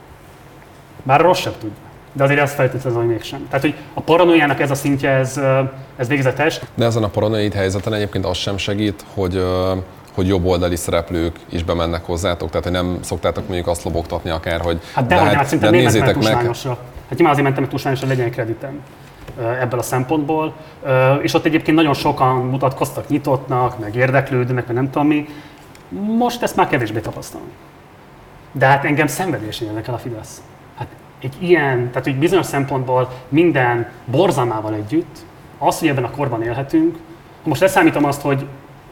bár rossz sem tudja. De azért azt feltételezem, hogy mégsem. Tehát, hogy a paranoiának ez a szintje, ez, ez végzetes. De ezen a paranoid helyzeten egyébként az sem segít, hogy, hogy jobboldali szereplők is bemennek hozzátok, tehát hogy nem szoktátok mondjuk azt lobogtatni akár, hogy hát de, de hát, hát szerintem miért mentem túlsványosra? Hát nyilván azért mentem túlsványosra, hogy legyen kreditem ebből a szempontból. És ott egyébként nagyon sokan mutatkoztak nyitottnak, meg érdeklődőnek, meg nem tudom mi. Most ezt már kevésbé tapasztalom. De hát engem szenvedésen érdekel a Fidesz. Hát egy ilyen, tehát hogy bizonyos szempontból minden borzalmával együtt, az, hogy ebben a korban élhetünk, ha most leszámítom azt, hogy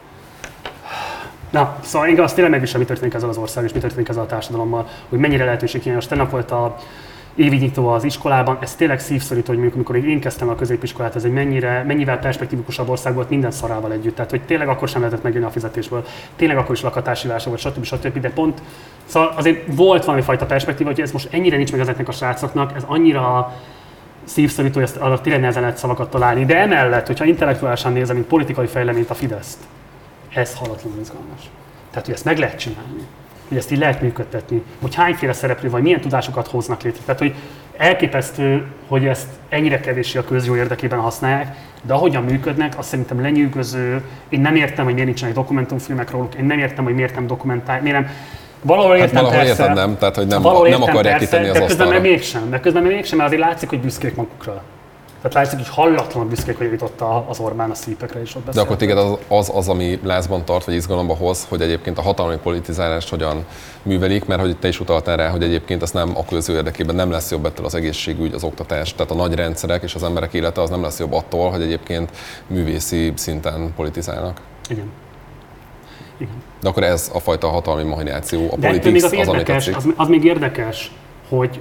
na, szóval engem azt tényleg megvisel, mi történik ezzel az ország, és mi történik ezzel a társadalommal, hogy mennyire lehetőség hiányos. Tegnap volt a évnyitó az iskolában, ez tényleg szívszorító, hogy amikor én kezdtem a középiskolát, ez egy mennyire, mennyivel perspektívikusabb ország volt minden szarával együtt. Tehát, hogy tényleg akkor sem lehetett megjönni a fizetésből, tényleg akkor is lakhatási válság volt, stb. stb. De pont, szóval azért volt valami fajta perspektíva, hogy ez most ennyire nincs meg ezeknek a srácoknak, ez annyira szívszorító, hogy ezt arra tényleg nehezen lehet szavakat találni, de emellett, hogyha intellektuálisan nézem, mint politikai fejleményt a Fideszt, ez halatlanul izgalmas. Tehát, hogy ezt meg lehet csinálni, hogy ezt így lehet működtetni, hogy hányféle szereplő vagy milyen tudásokat hoznak létre. Tehát, hogy elképesztő, hogy ezt ennyire kevéssé a közjó érdekében használják, de ahogyan működnek, azt szerintem lenyűgöző. Én nem értem, hogy miért nincsenek dokumentumfilmek róluk, én nem értem, hogy miért nem dokumentálják, miért nem. Valahol értem, hát valahol persze, érted, nem, tehát hogy nem, nem nem akarják persze, kitenni az de közben asztalra. meg mégsem, de közben meg mégsem, mert azért látszik, hogy büszkék magukra. Tehát látszik, hogy hallatlanul büszkék, hogy jutott az Orbán a szípekre is ott beszélt. De akkor téged az, az, az, ami lázban tart, vagy izgalomba hoz, hogy egyébként a hatalmi politizálást hogyan művelik, mert hogy te is utaltál rá, hogy egyébként ez nem a közjó érdekében nem lesz jobb ettől az egészségügy, az oktatás, tehát a nagy rendszerek és az emberek élete az nem lesz jobb attól, hogy egyébként művészi szinten politizálnak. Igen. Igen. De akkor ez a fajta hatalmi mahináció, a de politics, az, az, ami tetszik. Az, az még érdekes, hogy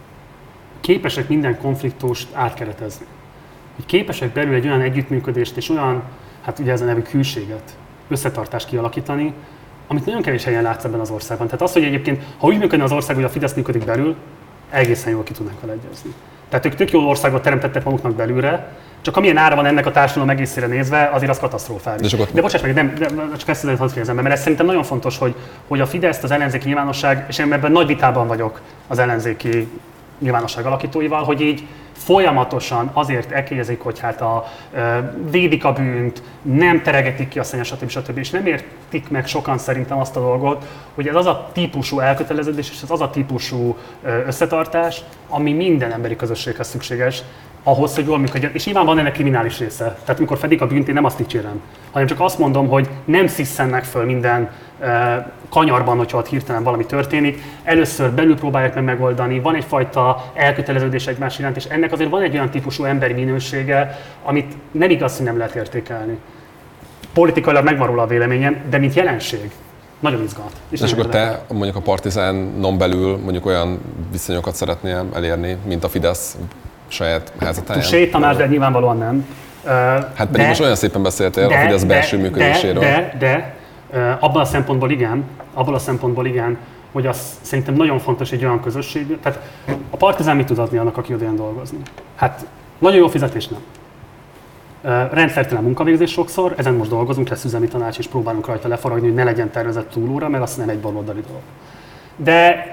képesek minden konfliktust átkeretezni. Hogy képesek belül egy olyan együttműködést és olyan, hát ugye ez a nevű hűséget, összetartást kialakítani, amit nagyon kevés helyen látsz ebben az országban. Tehát az, hogy egyébként, ha úgy működne az ország, hogy a Fidesz működik belül, egészen jól ki tudnánk vele egyezni. Tehát ők tök jó országot teremtettek maguknak belülre, csak amilyen ára van ennek a társadalom egészére nézve, azért az katasztrofális. De, de bocsáss meg, nem, nem, csak ezt hadd fejezem be, mert ez szerintem nagyon fontos, hogy, hogy a Fideszt az ellenzéki nyilvánosság, és én ebben nagy vitában vagyok az ellenzéki nyilvánosság alakítóival, hogy így folyamatosan azért ekézik, hogy hát a, e, védik a bűnt, nem teregetik ki a szennyes, stb. stb. És nem értik meg sokan szerintem azt a dolgot, hogy ez az a típusú elköteleződés és ez az a típusú összetartás, ami minden emberi közösséghez szükséges, ahhoz, hogy jól működjön. És nyilván van ennek kriminális része. Tehát amikor fedik a bűnt, én nem azt dicsérem, hanem csak azt mondom, hogy nem szisszennek föl minden uh, kanyarban, hogyha ott hirtelen valami történik. Először belül próbálják meg megoldani, van egyfajta elköteleződés egymás iránt, és ennek azért van egy olyan típusú emberi minősége, amit nem igaz, hogy nem lehet értékelni. Politikailag megvan róla a véleményem, de mint jelenség nagyon izgat. És, és akkor te mondjuk a Partizánon belül mondjuk olyan viszonyokat szeretnél elérni, mint a Fidesz saját házatáján? Sét Tamás, de nyilvánvalóan nem. Hát pedig de, most olyan szépen beszéltél de, a Fidesz belső de, működéséről. De, de, de abban a szempontból igen, abban a szempontból igen, hogy az szerintem nagyon fontos egy olyan közösség. Tehát a Partizán mit tud adni annak, aki oda jön dolgozni? Hát nagyon jó fizetés nem. Rendszertelen munkavégzés sokszor, ezen most dolgozunk, lesz üzemi tanács, és próbálunk rajta lefaragni, hogy ne legyen tervezett túlóra, mert az nem egy baloldali dolog. De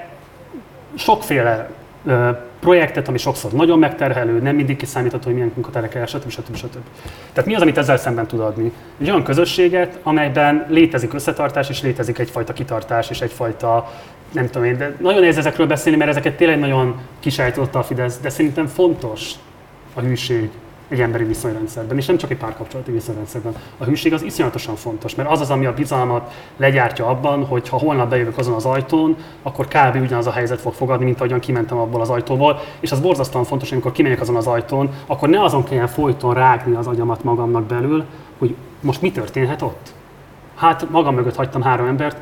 sokféle projektet, ami sokszor nagyon megterhelő, nem mindig kiszámítható, hogy milyen munkaterhek el, stb. stb. stb. Tehát mi az, amit ezzel szemben tud adni? Egy olyan közösséget, amelyben létezik összetartás, és létezik egyfajta kitartás, és egyfajta, nem tudom én, de nagyon nehéz ezekről beszélni, mert ezeket tényleg nagyon kisajtotta a Fidesz, de szerintem fontos a hűség egy emberi viszonyrendszerben, és nem csak egy párkapcsolati viszonyrendszerben. A hűség az iszonyatosan fontos, mert az az, ami a bizalmat legyártja abban, hogy ha holnap bejövök azon az ajtón, akkor kb. Ugyanaz a helyzet fog fogadni, mint ahogyan kimentem abból az ajtóból, és az borzasztóan fontos, hogy amikor kimegyek azon az ajtón, akkor ne azon kelljen folyton rágni az agyamat magamnak belül, hogy most mi történhet ott. Hát magam mögött hagytam három embert,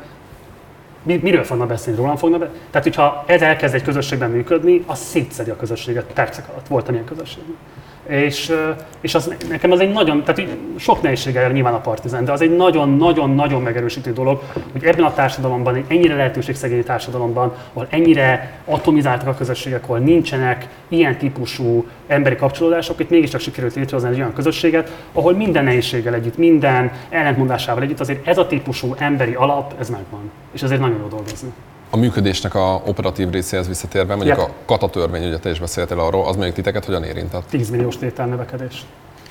miről fognak beszélni, rólam fognak beszélni? Tehát, hogyha ez elkezd egy közösségben működni, az szétszedi a közösséget percek alatt. Voltam ilyen közösségben. És, és az, nekem az egy nagyon, tehát sok nehézséggel jár nyilván a Partizán, de az egy nagyon-nagyon-nagyon megerősítő dolog, hogy ebben a társadalomban, egy ennyire lehetőségszegény társadalomban, ahol ennyire atomizáltak a közösségek, ahol nincsenek ilyen típusú emberi kapcsolódások, itt mégiscsak sikerült létrehozni egy olyan közösséget, ahol minden nehézséggel együtt, minden ellentmondásával együtt azért ez a típusú emberi alap, ez megvan. És ezért nagyon jó dolgozni. A működésnek a operatív részéhez visszatérve, mondjuk yep. a Kata törvény, ugye te is beszéltél arról, az mondjuk titeket hogyan érintett? tíz milliós tételnövekedés.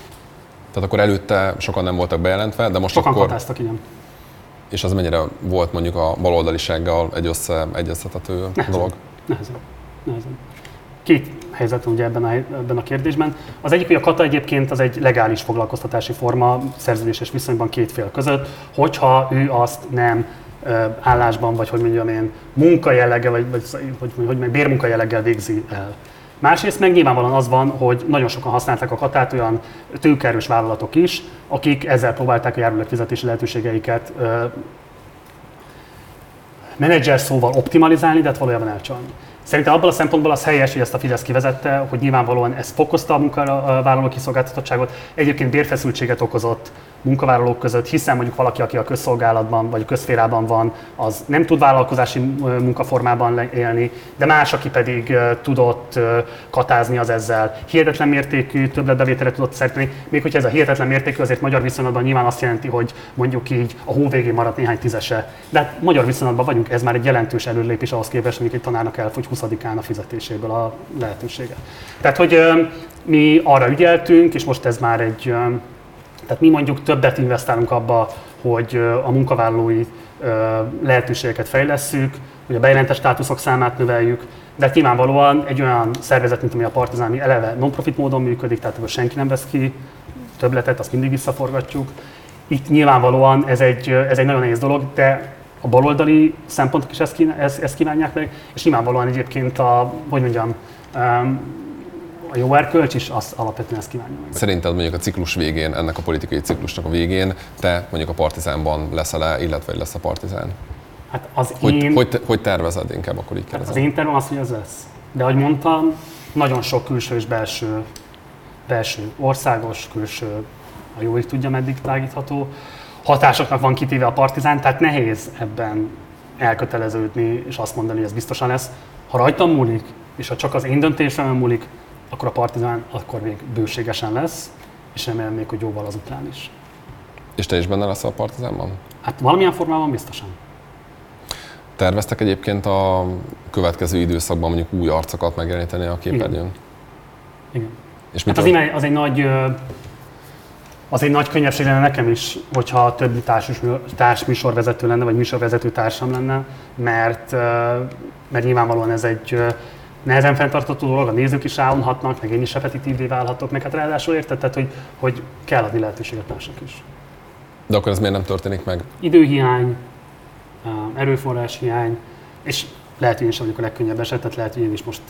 Tehát akkor előtte sokan nem voltak bejelentve, de most sokan akkor... Sokan katáztak, igen. És az mennyire volt mondjuk a baloldalisággal egy összeegyeztethető dolog? Nehezen. Nehezen. Két helyzet ugye ebben a, ebben a kérdésben. Az egyik, hogy a Kata egyébként az egy legális foglalkoztatási forma szerződéses viszonyban két fél között, hogyha ő azt nem állásban, vagy hogy mondjam én, munkajelleggel, vagy, vagy hogy, hogy, hogy bérmunkajelleggel végzi el. Másrészt meg nyilvánvalóan az van, hogy nagyon sokan használták a Katát, olyan tőkeerős vállalatok is, akik ezzel próbálták a járulékfizetési lehetőségeiket ö, menedzser szóval optimalizálni, de hát valójában elcsalni. Szerintem abban a szempontból az helyes, hogy ezt a Fidesz kivezette, hogy nyilvánvalóan ez fokozta a munkavállalói kiszolgáltatottságot, egyébként bérfeszültséget okozott munkavállalók között, hiszen mondjuk valaki, aki a közszolgálatban vagy a közszférában van, az nem tud vállalkozási munkaformában élni, de más, aki pedig tudott katázni, az ezzel hihetetlen mértékű többletbevételre tudott szerteni. Még hogyha ez a hihetetlen mértékű, azért magyar viszonylatban nyilván azt jelenti, hogy mondjuk így a hó végén maradt néhány tízese. De hát magyar viszonylatban vagyunk, ez már egy jelentős előrelépés ahhoz képest, hogy egy tanárnak elfogy huszadikán a fizetéséből a lehetősége. Tehát, hogy mi arra ügyeltünk, és most ez már egy, tehát mi mondjuk többet investálunk abba, hogy a munkavállalói lehetőségeket fejlesszük, hogy a bejelentett státuszok számát növeljük, de nyilvánvalóan egy olyan szervezet, mint ami a Partizán, ami eleve non-profit módon működik, tehát ebből senki nem vesz ki többletet, azt mindig visszaforgatjuk. Itt nyilvánvalóan ez egy, ez egy nagyon nehéz dolog, de a baloldali szempontok is ezt, kíván, ezt, ezt kívánják meg, és nyilvánvalóan egyébként a, hogy mondjam, a jó erkölcs is azt alapvetően ezt kívánja meg. Szerinted mondjuk a ciklus végén, ennek a politikai ciklusnak a végén te mondjuk a Partizánban leszel-e, illetve lesz a Partizán? Hát az hogy, én... hogy, hogy tervezed, inkább akkor így kérdezem? Hát az én tervem az, hogy ez lesz. De ahogy mondtam, nagyon sok külső és belső, belső országos, külső, a jó ég tudja meddig tágítható hatásoknak van kitéve a Partizán, tehát nehéz ebben elköteleződni és azt mondani, hogy ez biztosan lesz. Ha rajtam múlik, és ha csak az én döntésem múlik, akkor a Partizán akkor még bőségesen lesz, és remélem még, hogy jóval azután is. És te is benne lesz a Partizánban? Hát valamilyen formában biztosan. Terveztek egyébként a következő időszakban mondjuk új arcokat megjeleníteni a képernyőn? Igen. Igen. És hát az, ime, az egy nagy... Az egy nagy könnyebbség lenne nekem is, hogyha több társműsorvezető lenne, vagy műsorvezető társam lenne, mert, mert nyilvánvalóan ez egy nehezen fenntartható dolog, a nézők is ráunhatnak, meg én is repetitívvé válhatok, meg hát ráadásul érted, tehát, hogy, hogy kell adni lehetőséget másnak is. De akkor ez miért nem történik meg? Időhiány, erőforrás hiány, és lehet, hogy én sem vagyok a legkönnyebb eset, tehát lehet, hogy én is most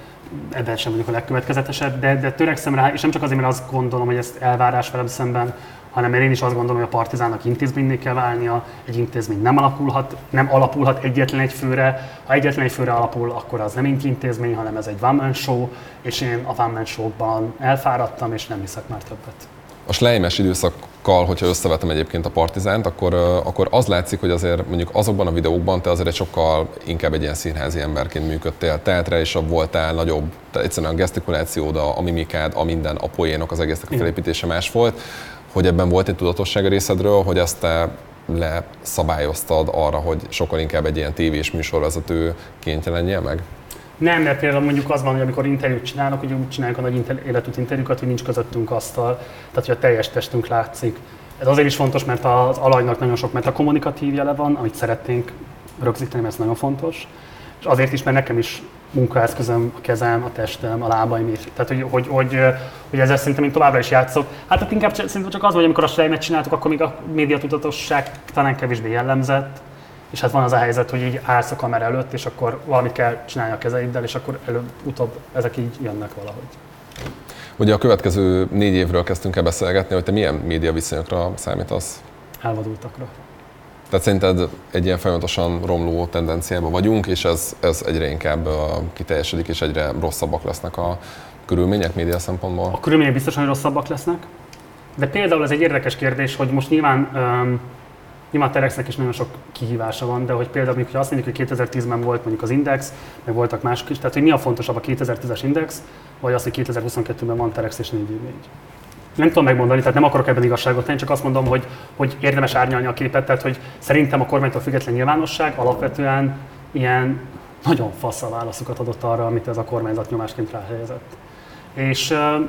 ebben sem vagyok a legkövetkezetesebb, de, de törekszem rá, és nem csak azért, mert azt gondolom, hogy ezt elvárás velem szemben, hanem mert én is azt gondolom, hogy a Partizánnak intézményné kell válnia, egy intézmény nem alakulhat, nem alapulhat egyetlen egy főre. Ha egyetlen egy főre alapul, akkor az nem intézmény, hanem ez egy one-man show, és én a one-man show-ban elfáradtam, és nem hiszek már többet. A Schleimes időszakkal, hogyha összevetem egyébként a Partizánt, akkor, akkor az látszik, hogy azért mondjuk azokban a videókban te azért egy sokkal inkább egy ilyen színházi emberként működtél, teátralisabb voltál, nagyobb, egyszerűen a gesztikulációd, a mimikád, a minden, a poénok, az egésznek a felépítése más volt, hogy ebben volt egy tudatosság a részedről, hogy ezt te leszabályoztad arra, hogy sokkal inkább egy ilyen tévés műsorvezetőként jelenjél meg? Nem, mert például mondjuk az van, hogy amikor interjút csinálnak, hogy úgy csináljuk a nagy inter- életút interjúkat, hogy nincs közöttünk asztal, tehát hogy a teljes testünk látszik. Ez azért is fontos, mert az alajnak nagyon sok metakommunikatív jele van, amit szeretnénk rögzíteni, mert ez nagyon fontos. És azért is, mert nekem is munkaeszközöm, a kezem, a testem, a lábaim is. Tehát, hogy, hogy, hogy, hogy ezzel szerintem én továbbra is játszok. Hát ott inkább szerintem csak az, hogy amikor a Schleimet csináltuk, akkor még a médiatudatosság talán kevésbé jellemzett. És hát van az a helyzet, hogy így állsz a kamera előtt, és akkor valamit kell csinálni a kezeiddel, és akkor előbb-utóbb ezek így jönnek valahogy. Ugye a következő négy évről kezdtünk el beszélgetni, hogy te milyen média viszonyokra számítasz? Elvadultakra. Tehát szerinted egy ilyen folyamatosan romló tendenciában vagyunk, és ez, ez egyre inkább kiteljesedik, és egyre rosszabbak lesznek a körülmények média szempontból? A körülmények biztosan rosszabbak lesznek, de például ez egy érdekes kérdés, hogy most nyilván um, Nyilván a Telexnek is nagyon sok kihívása van, de hogy például, hogyha azt mondjuk, hogy kétezer-tízben volt mondjuk az Index, meg voltak mások is, tehát hogy mi a fontosabb, a kétezer-tízes Index, vagy az, hogy kétezer-huszonkettőben van Telex és négy négy. Nem tudom megmondani, tehát nem akarok ebben igazságot tenni, csak azt mondom, hogy, hogy érdemes árnyalni a képet, tehát hogy szerintem a kormánytól független nyilvánosság alapvetően ilyen nagyon fasz a válaszokat adott arra, amit ez a kormányzat nyomásként ráhelyezett. És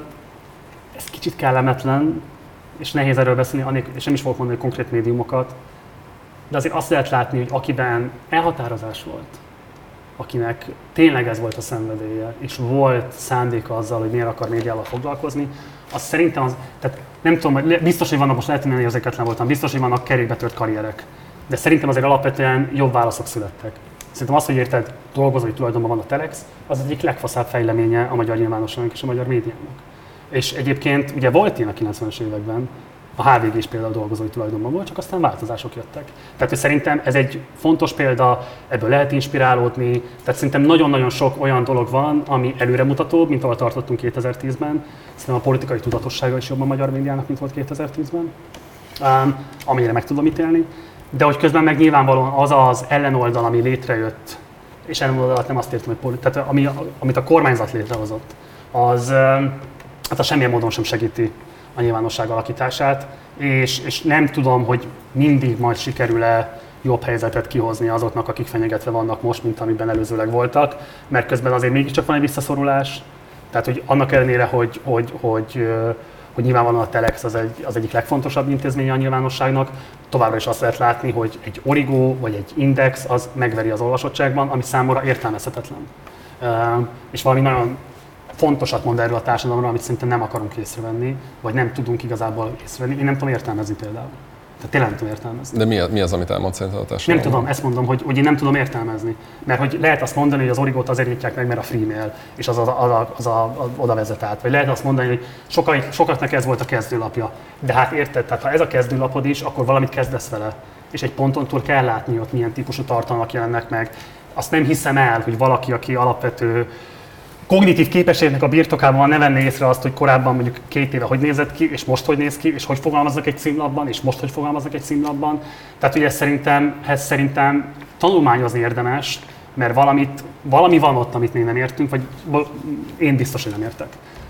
ez kicsit kellemetlen, és nehéz erről beszélni, és nem is fogok mondani konkrét médiumokat, de azért azt lehet látni, hogy akiben elhatározás volt, akinek tényleg ez volt a szenvedélye, és volt szándéka azzal, hogy miért akar médiával foglalkozni, az szerintem az, tehát nem tudom, biztos, hogy vannak, most lehet, hogy nem érzéketlen voltam, biztos, hogy vannak kerékbetört karrierek, de szerintem azért alapvetően jobb válaszok születtek. Szerintem az, hogy érted, dolgozói tulajdonban van a Telex, az egyik legfaszább fejleménye a magyar nyilvánosságnak és a magyar médiának. És egyébként ugye volt ilyen a kilencvenes években, a há vé gé is például dolgozói tulajdonban volt, csak aztán változások jöttek. Tehát hogy szerintem ez egy fontos példa, ebből lehet inspirálódni, tehát szerintem nagyon-nagyon sok olyan dolog van, ami előremutatóbb, mint ahol tartottunk kétezer-tízben. Szerintem a politikai tudatossága is jobb a magyar médiának, mint volt kétezer-tízben. um, amire meg tudom ítélni, de hogy közben meg nyilvánvalóan az az ellenoldal, ami létrejött, és ellenoldalat nem azt értem, hogy tehát ami, amit a kormányzat létrehozott, az, hát az semmilyen módon sem segíti a nyilvánosság alakítását, és, és nem tudom, hogy mindig majd sikerül-e jobb helyzetet kihozni azoknak, akik fenyegetve vannak most, mint amiben előzőleg voltak, mert közben azért mégiscsak van egy visszaszorulás, tehát hogy annak ellenére, hogy, hogy, hogy, hogy nyilvánvalóan a Telex az, egy, az egyik legfontosabb intézménye a nyilvánosságnak, továbbra is azt lehet látni, hogy egy Origo vagy egy Index az megveri az olvasottságban, ami számomra értelmezhetetlen. És valami nagyon fontosat mond erről a társadalomról, amit szerintem nem akarunk észrevenni, vagy nem tudunk igazából észrevenni. Én nem tudom értelmezni például. Tehát tényleg nem tudom értelmezni. De mi, mi az, amit elmondsz szerinted a társadalom? Nem tudom, ezt mondom, hogy, hogy én nem tudom értelmezni. Mert hogy lehet azt mondani, hogy az Origót azért nyitják meg, mert a free mail, és az, az, az, az, az a, a, oda vezet át. Vagy lehet azt mondani, hogy sokai, sokaknak ez volt a kezdőlapja. De hát érted, tehát ha ez a kezdőlapod is, akkor valamit kezdesz vele. És egy ponton túl kell látni, hogy milyen típusú tartalmak jelennek meg. Azt nem hiszem el, hogy valaki, aki alapvető kognitív képességnek a birtokában ne venné észre azt, hogy korábban mondjuk két éve hogy nézett ki, és most hogy néz ki, és hogy fogalmaznak egy címlapban, és most hogy fogalmaznak egy címlapban. Tehát ugye ez szerintem, ez szerintem tanulmányozni érdemes, mert valamit, valami van ott, amit még nem értünk, vagy én biztos, hogy nem értek.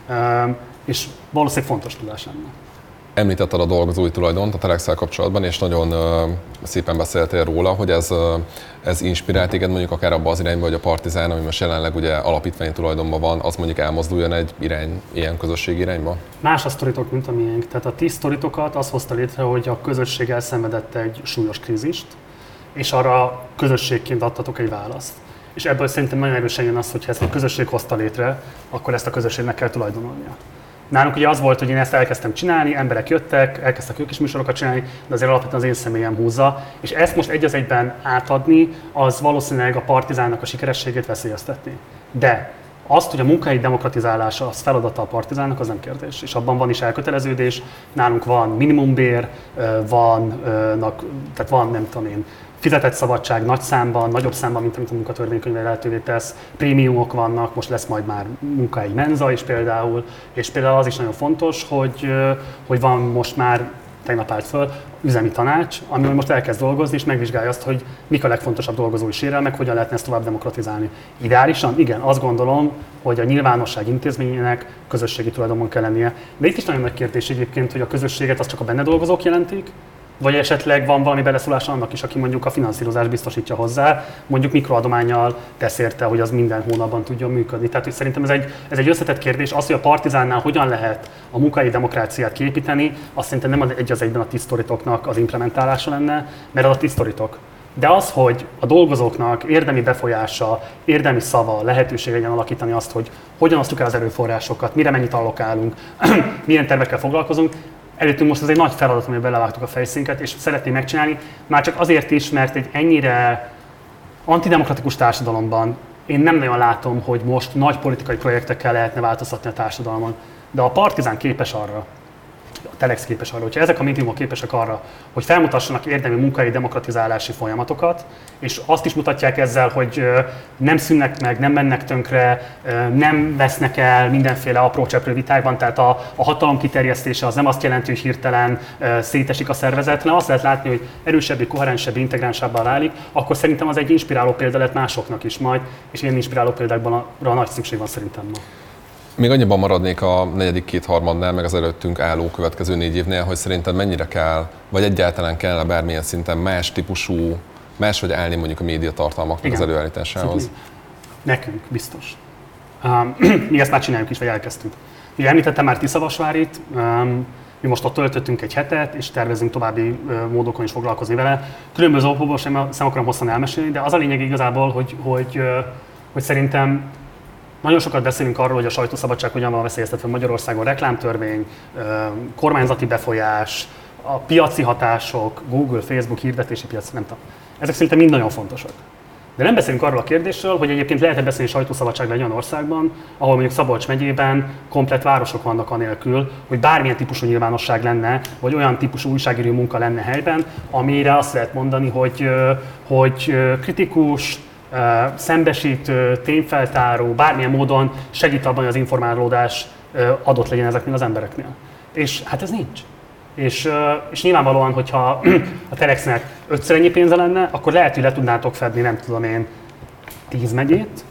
És valószínűleg fontos tudás lenne. Említetted a dolgozói tulajdont a Telexszel kapcsolatban, és nagyon uh, szépen beszéltél róla, hogy ez, uh, ez inspirált téged mondjuk akár abba az irányba, hogy a Partizán, ami most jelenleg ugye alapítványi tulajdonban van, az mondjuk elmozduljon egy irány, ilyen közösségi irányba? Más a sztoritok, mint a miénk. Tehát a ti sztoritokat az hozta létre, hogy a közösség elszenvedett egy súlyos krízist, és arra közösségként adtatok egy választ. És ebből szerintem nagyon erősen jön az, hogy ha ezt a közösség hozta létre, akkor ezt a közösségnek kell tulajdonolnia. Nálunk ugye az volt, hogy én ezt elkezdtem csinálni, emberek jöttek, elkezdtek ők is műsorokat csinálni, de azért alapvetően az én személyem húzza, és ezt most egy az egyben átadni, az valószínűleg a Partizánnak a sikerességét veszélyeztetni. De azt, hogy a munkahelyi demokratizálása az feladata a Partizánnak, az nem kérdés, és abban van is elköteleződés. Nálunk van minimumbér, van, tehát van, nem tudom én, fizetett szabadság nagy számban, nagyobb számban, mint amit a munkatörvénykönyve lehetővé tesz. Prémiumok vannak, most lesz majd már munkahelyi menza is például, és például az is nagyon fontos, hogy, hogy van most már, tegnap állt föl, üzemi tanács, ami most elkezd dolgozni, és megvizsgálja azt, hogy mik a legfontosabb dolgozói sérelmek, hogyan lehetne ezt tovább demokratizálni. Ideálisan, igen, azt gondolom, hogy a nyilvánosság intézményének közösségi tulajdonban kell lennie. De itt is nagyon nagy kérdés egyébként, hogy a közösséget az csak a benne dolgozók jelentik, vagy esetleg van valami beleszólása annak is, aki mondjuk a finanszírozást biztosítja hozzá, mondjuk mikroadománnyal tesz érte, hogy az minden hónapban tudjon működni. Tehát hogy szerintem ez egy, ez egy összetett kérdés. Az, hogy a Partizánnál hogyan lehet a munkahelyi demokráciát kiépíteni, azt szerintem nem egy az egyben a ti sztoritoknak az implementálása lenne, mert az a ti sztoritok. De az, hogy a dolgozóknak érdemi befolyása, érdemi szava, lehetőség legyen alakítani azt, hogy hogyan osztjuk el az erőforrásokat, mire mennyit allokálunk, milyen tervekkel foglalkozunk, előttünk most ez egy nagy feladat, amiben belevágtuk a fejszínket, és szeretném megcsinálni, már csak azért is, mert egy ennyire antidemokratikus társadalomban én nem nagyon látom, hogy most nagy politikai projektekkel lehetne változtatni a társadalmon. De a Partizán képes arra, a Telex képes arra, hogyha ezek a médiumok képesek arra, hogy felmutassanak érdemi munkai demokratizálási folyamatokat, és azt is mutatják ezzel, hogy nem szűnnek meg, nem mennek tönkre, nem vesznek el mindenféle apró cseprő vitákban, tehát a, a hatalom kiterjesztése az nem azt jelenti, hogy hirtelen szétesik a szervezet, hanem azt lehet látni, hogy erősebbé, koherensebb, integránsabbá válik, akkor szerintem az egy inspiráló példa lett másoknak is majd, és ilyen inspiráló példákban nagy szükség van szerintem ma. Még annyiban maradnék a negyedik kétharmadnál, meg az előttünk álló következő négy évnél, hogy szerinted mennyire kell, vagy egyáltalán kellene bármilyen szinten más típusú, máshogy állni mondjuk a médiatartalmaknak az előállításához? Nekünk biztos. Um, mi ezt már csináljuk is, vagy elkezdtük. Ugye említettem már Tiszavasvárit, um, mi most ott töltöttünk egy hetet, és tervezünk további uh, módokon is foglalkozni vele. Különböző okokból sem, sem akarom hosszan elmesélni, de az a lényeg igazából, hogy, hogy, uh, hogy szerintem nagyon sokat beszélünk arról, hogy a sajtószabadság hogyan van veszélyeztetve Magyarországon, reklámtörvény, kormányzati befolyás, a piaci hatások, Google, Facebook, hirdetési piac, nem tudom. Ezek szerintem mind nagyon fontosak. De nem beszélünk arról a kérdésről, hogy egyébként lehet-e beszélni sajtószabadságról egy olyan országban, ahol mondjuk Szabolcs megyében komplett városok vannak anélkül, hogy bármilyen típusú nyilvánosság lenne, vagy olyan típusú újságíró munka lenne helyben, amire azt lehet mondani, hogy, hogy kritikus, szembesítő, tényfeltáró, bármilyen módon segít abban, hogy az informálódás adott legyen ezeknél az embereknél. És hát ez nincs. És, és nyilvánvalóan, hogyha a Telexnek ötször ennyi pénze lenne, akkor lehet, hogy le tudnátok fedni, nem tudom én, tíz megyét,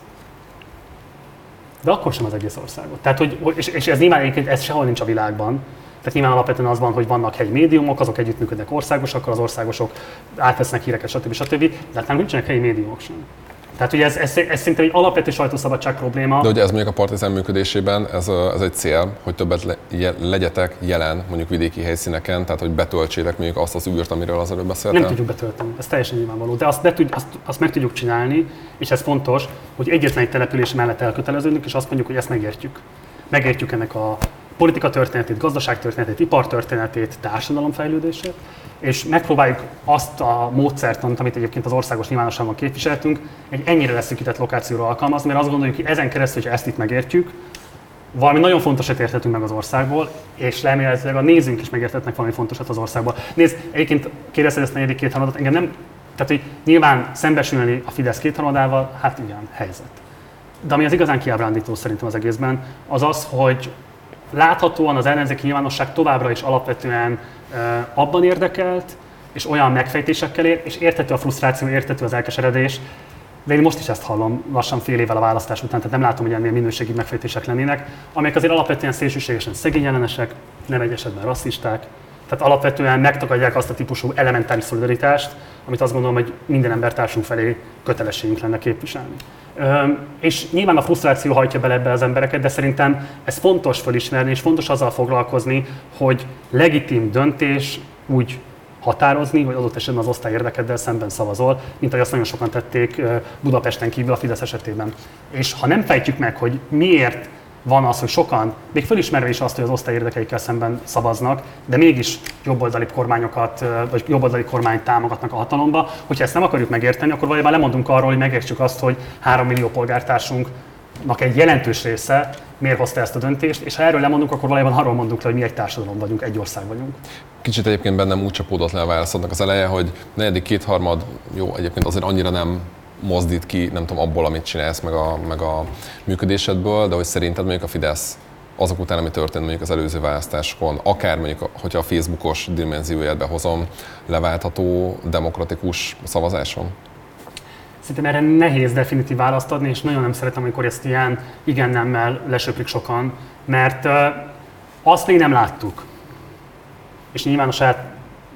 de akkor sem az egész országot. Tehát, hogy, és, és ez nyilván egyébként ez sehol nincs a világban. Tehát nyilván alapvetően az van, hogy vannak helyi médiumok, azok együttműködnek országosakkal, az országosok átvesznek híreket, stb. stb. De hát nem nincsenek helyi médiumok sem. Tehát ugye ez, ez, ez szerintem egy alapvető sajtószabadság probléma. De ugye ez mondjuk a Partizán működésében, ez, ez egy cél, hogy többet le, je, legyetek jelen mondjuk vidéki helyszíneken, tehát hogy betöltsétek mondjuk azt az űrt, amiről az előbb beszéltem. Nem tudjuk betölteni, ez teljesen nyilvánvaló, de azt, be tud, azt, azt meg tudjuk csinálni, és ez fontos, hogy egyetlen egy település mellett elköteleződünk, és azt mondjuk, hogy ezt megértjük. Megértjük ennek a politika történetét, gazdaság történetét, ipar történetét, társadalomfejlődését, és megpróbáljuk azt a módszertant, amit egyébként az országos nyilvánosságban képviseltünk, egy ennyire leszűkített lokációra alkalmazni, mert azt gondoljuk, hogy ezen keresztül, hogy ezt itt megértjük, valami nagyon fontosat értetünk meg az országból, és remélhetőleg a nézőink is megértetnek valami fontosat az országból. Nézd, egyébként kérdezted ezt a negyedik kétharmadat, engem nem, tehát hogy nyilván szembesülni a Fidesz kétharmadával, hát igen, helyzet. De ami az igazán kiábrándító szerintem az egészben, az az, hogy láthatóan az ellenzéki nyilvánosság továbbra is alapvetően uh, abban érdekelt, és olyan megfejtésekkel ér, és érthető a frusztráció, érthető az elkeseredés, de én most is ezt hallom lassan fél évvel a választás után, tehát nem látom, hogy ennél minőségi megfejtések lennének, amelyek azért alapvetően szélsőségesen szegényellenesek, nem egy esetben rasszisták, tehát alapvetően megtagadják azt a típusú elementáris szolidaritást, amit azt gondolom, hogy minden embertársunk felé kötelességünk lenne képviselni. Üm, és nyilván a frusztráció hajtja bele ebbe az embereket, de szerintem ez fontos felismerni, és fontos azzal foglalkozni, hogy legitim döntés úgy határozni, hogy adott esetben az osztály érdekeddel szemben szavazol, mint ahogy azt nagyon sokan tették Budapesten kívül a Fidesz esetében. És ha nem fejtjük meg, hogy miért van az, hogy sokan, még fölismerve is azt, hogy az osztály érdekeikkel szemben szavaznak, de mégis jobboldali kormányokat, vagy jobboldali kormányt támogatnak a hatalomba, hogyha ezt nem akarjuk megérteni, akkor valójában lemondunk arról, hogy megértsük azt, hogy három millió polgártársunknak egy jelentős része miért hozta ezt a döntést, és ha erről lemondunk, akkor valójában arról mondunk le, hogy mi egy társadalom vagyunk, egy ország vagyunk. Kicsit egyébként bennem úgy csapódott le a válaszodnak az eleje, hogy negyedik kétharmad, jó, egyébként azért annyira nem mozdít ki, nem tudom, abból, amit csinálsz, meg a, meg a működésedből, de hogy szerinted mondjuk a Fidesz azok után, ami történt mondjuk az előző választásokon, akár mondjuk, hogyha a Facebookos dimenzióját behozom, leváltható demokratikus szavazáson? Szerintem erre nehéz definitív választ adni, és nagyon nem szeretem, amikor ezt ilyen igen-nemmel lesöprik sokan, mert uh, azt még nem láttuk. És nyilván a saját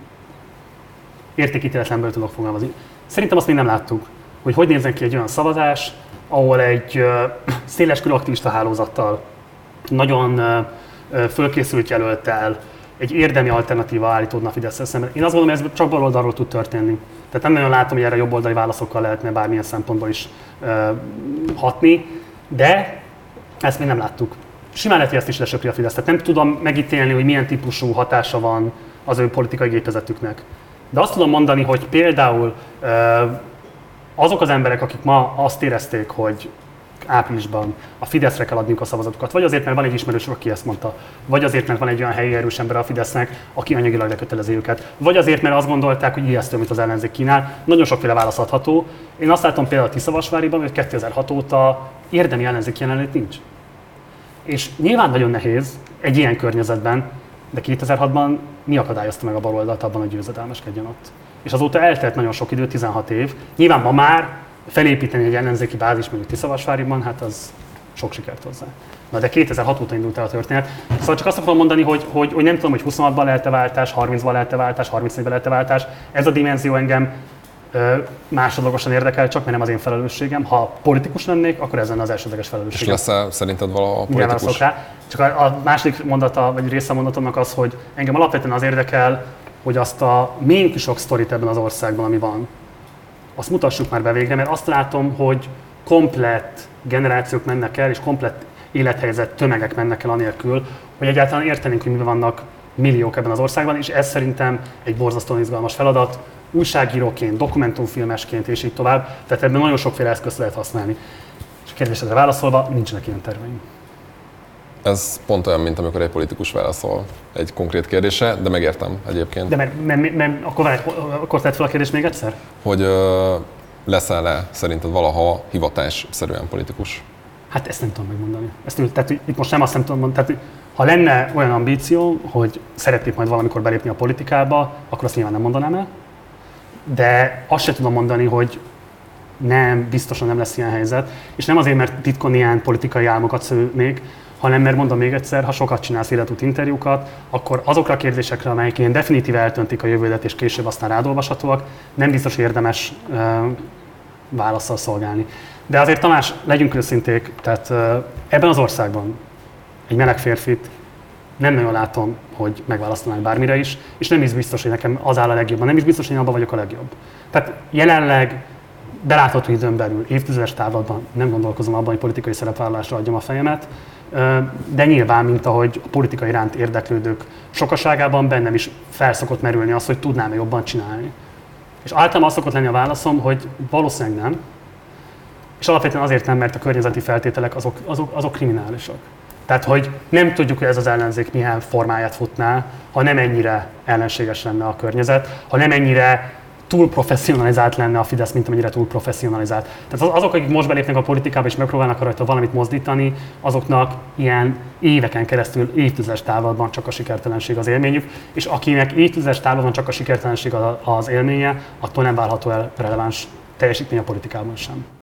értékítéletlenből tudok fogalmazni. Szerintem azt még nem láttuk, hogy hogy nézzen ki egy olyan szavazás, ahol egy uh, széleskörű aktivista hálózattal, nagyon uh, fölkészült jelölttel, egy érdemi alternatíva állítódna a Fidesz szemben. Én azt gondolom, hogy ez csak baloldalról tud történni. Tehát nem nagyon látom, hogy erre jobboldali válaszokkal lehetne bármilyen szempontból is uh, hatni, de ezt még nem láttuk. Simán lehet, hogy ezt is lesöpri a Fidesz. Tehát nem tudom megítélni, hogy milyen típusú hatása van az ő politikai gépezetüknek. De azt tudom mondani, hogy például uh, azok az emberek, akik ma azt érezték, hogy áprilisban a Fideszre kell adniuk a szavazatukat, vagy azért, mert van egy ismerősük, aki ezt mondta, vagy azért, mert van egy olyan helyi erős ember a Fidesznek, aki anyagilag lekötelezi őket, vagy azért, mert azt gondolták, hogy ijesztő, amit az ellenzék kínál. Nagyon sokféle válasz adható. Én azt látom például a Tiszavasváriban, hogy kétezer-hat óta érdemi ellenzék jelenlét nincs. És nyilván nagyon nehéz egy ilyen környezetben, de kétezer-hatban mi akadályozta meg a baloldalt abban, hogy győzedelmeskedjen ott. És azóta eltelt nagyon sok idő, tizenhat év. Nyilván ma már felépíteni egy ellenzéki bázis mondjuk Tiszavasváriban, hát az sok sikert hozzá. Na de kétezer-hat óta indult el a történet. Szóval csak azt akarom mondani, hogy, hogy, hogy nem tudom, hogy huszonhatban lehet-e váltás, harmincban lehet-e váltás, harmincnégyben lehet-e váltás. Ez a dimenzió engem ö, másodlagosan érdekel, csak mert nem az én felelősségem. Ha politikus lennék, akkor ez lenne az elsődleges felelősségem. És lesz-e szerinted valaha politikus? Rá. Csak a, a második mondata, vagy része a mondatomnak az, hogy engem alapvetően az érdekel, hogy azt a mély sok sztorit ebben az országban, ami van, azt mutassuk már be végre, mert azt látom, hogy komplett generációk mennek el, és komplett élethelyzet tömegek mennek el anélkül, hogy egyáltalán értenénk, hogy miben vannak milliók ebben az országban, és ez szerintem egy borzasztóan izgalmas feladat, újságíróként, dokumentumfilmesként, és így tovább, tehát ebben nagyon sokféle eszközt lehet használni. És a kérdésedre válaszolva, nincsenek ilyen terveim. Ez pont olyan, mint amikor egy politikus válaszol egy konkrét kérdésre, de megértem egyébként. De mert, mert, mert akkor, várj, akkor tedd fel a kérdést még egyszer? Hogy ö, leszel-e szerinted valaha hivatásszerűen politikus? Hát ezt nem tudom megmondani. Ezt, tehát itt most nem azt nem tudom mondani, tehát Ha lenne olyan ambíció, hogy szeretnék majd valamikor belépni a politikába, akkor azt nyilván nem mondanám el. De azt sem tudom mondani, hogy nem, biztosan nem lesz ilyen helyzet. És nem azért, mert titkon ilyen politikai álmokat szőnék, hanem mert mondom még egyszer, ha sokat csinálsz életút interjúkat, akkor azokra a kérdésekre, amelyek ilyen definitíve eltöntik a jövődet és később aztán rádolvashatóak, nem biztos érdemes uh, válaszsal szolgálni. De azért Tamás, legyünk őszinték, tehát uh, ebben az országban egy meleg férfit nem nagyon látom, hogy megválasztanák bármire is, és nem is biztos, hogy nekem az áll a legjobban, nem is biztos, hogy én abban vagyok a legjobb. Tehát jelenleg belátható időn belül, évtizedes távlatban nem gondolkozom abban, hogy politikai szerepvállalásra adjam a fejemet, de nyilván, mint ahogy a politika iránt érdeklődők sokaságában bennem is felszokott merülni az, hogy tudnám-e jobban csinálni. És általában az szokott lenni a válaszom, hogy valószínűleg nem, és alapvetően azért nem, mert a környezeti feltételek azok, azok, azok kriminálisak. Tehát, hogy nem tudjuk, hogy ez az ellenzék milyen formáját futná, ha nem ennyire ellenséges lenne a környezet, ha nem ennyire túl professzionalizált lenne a Fidesz, mint amennyire túl professzionalizált. Tehát azok, akik most belépnek a politikába és megpróbálnak rajta valamit mozdítani, azoknak ilyen éveken keresztül, évtizedes távlatban csak a sikertelenség az élményük, és akinek évtizedes távlatban csak a sikertelenség az élménye, attól nem válható el releváns teljesítmény a politikában sem.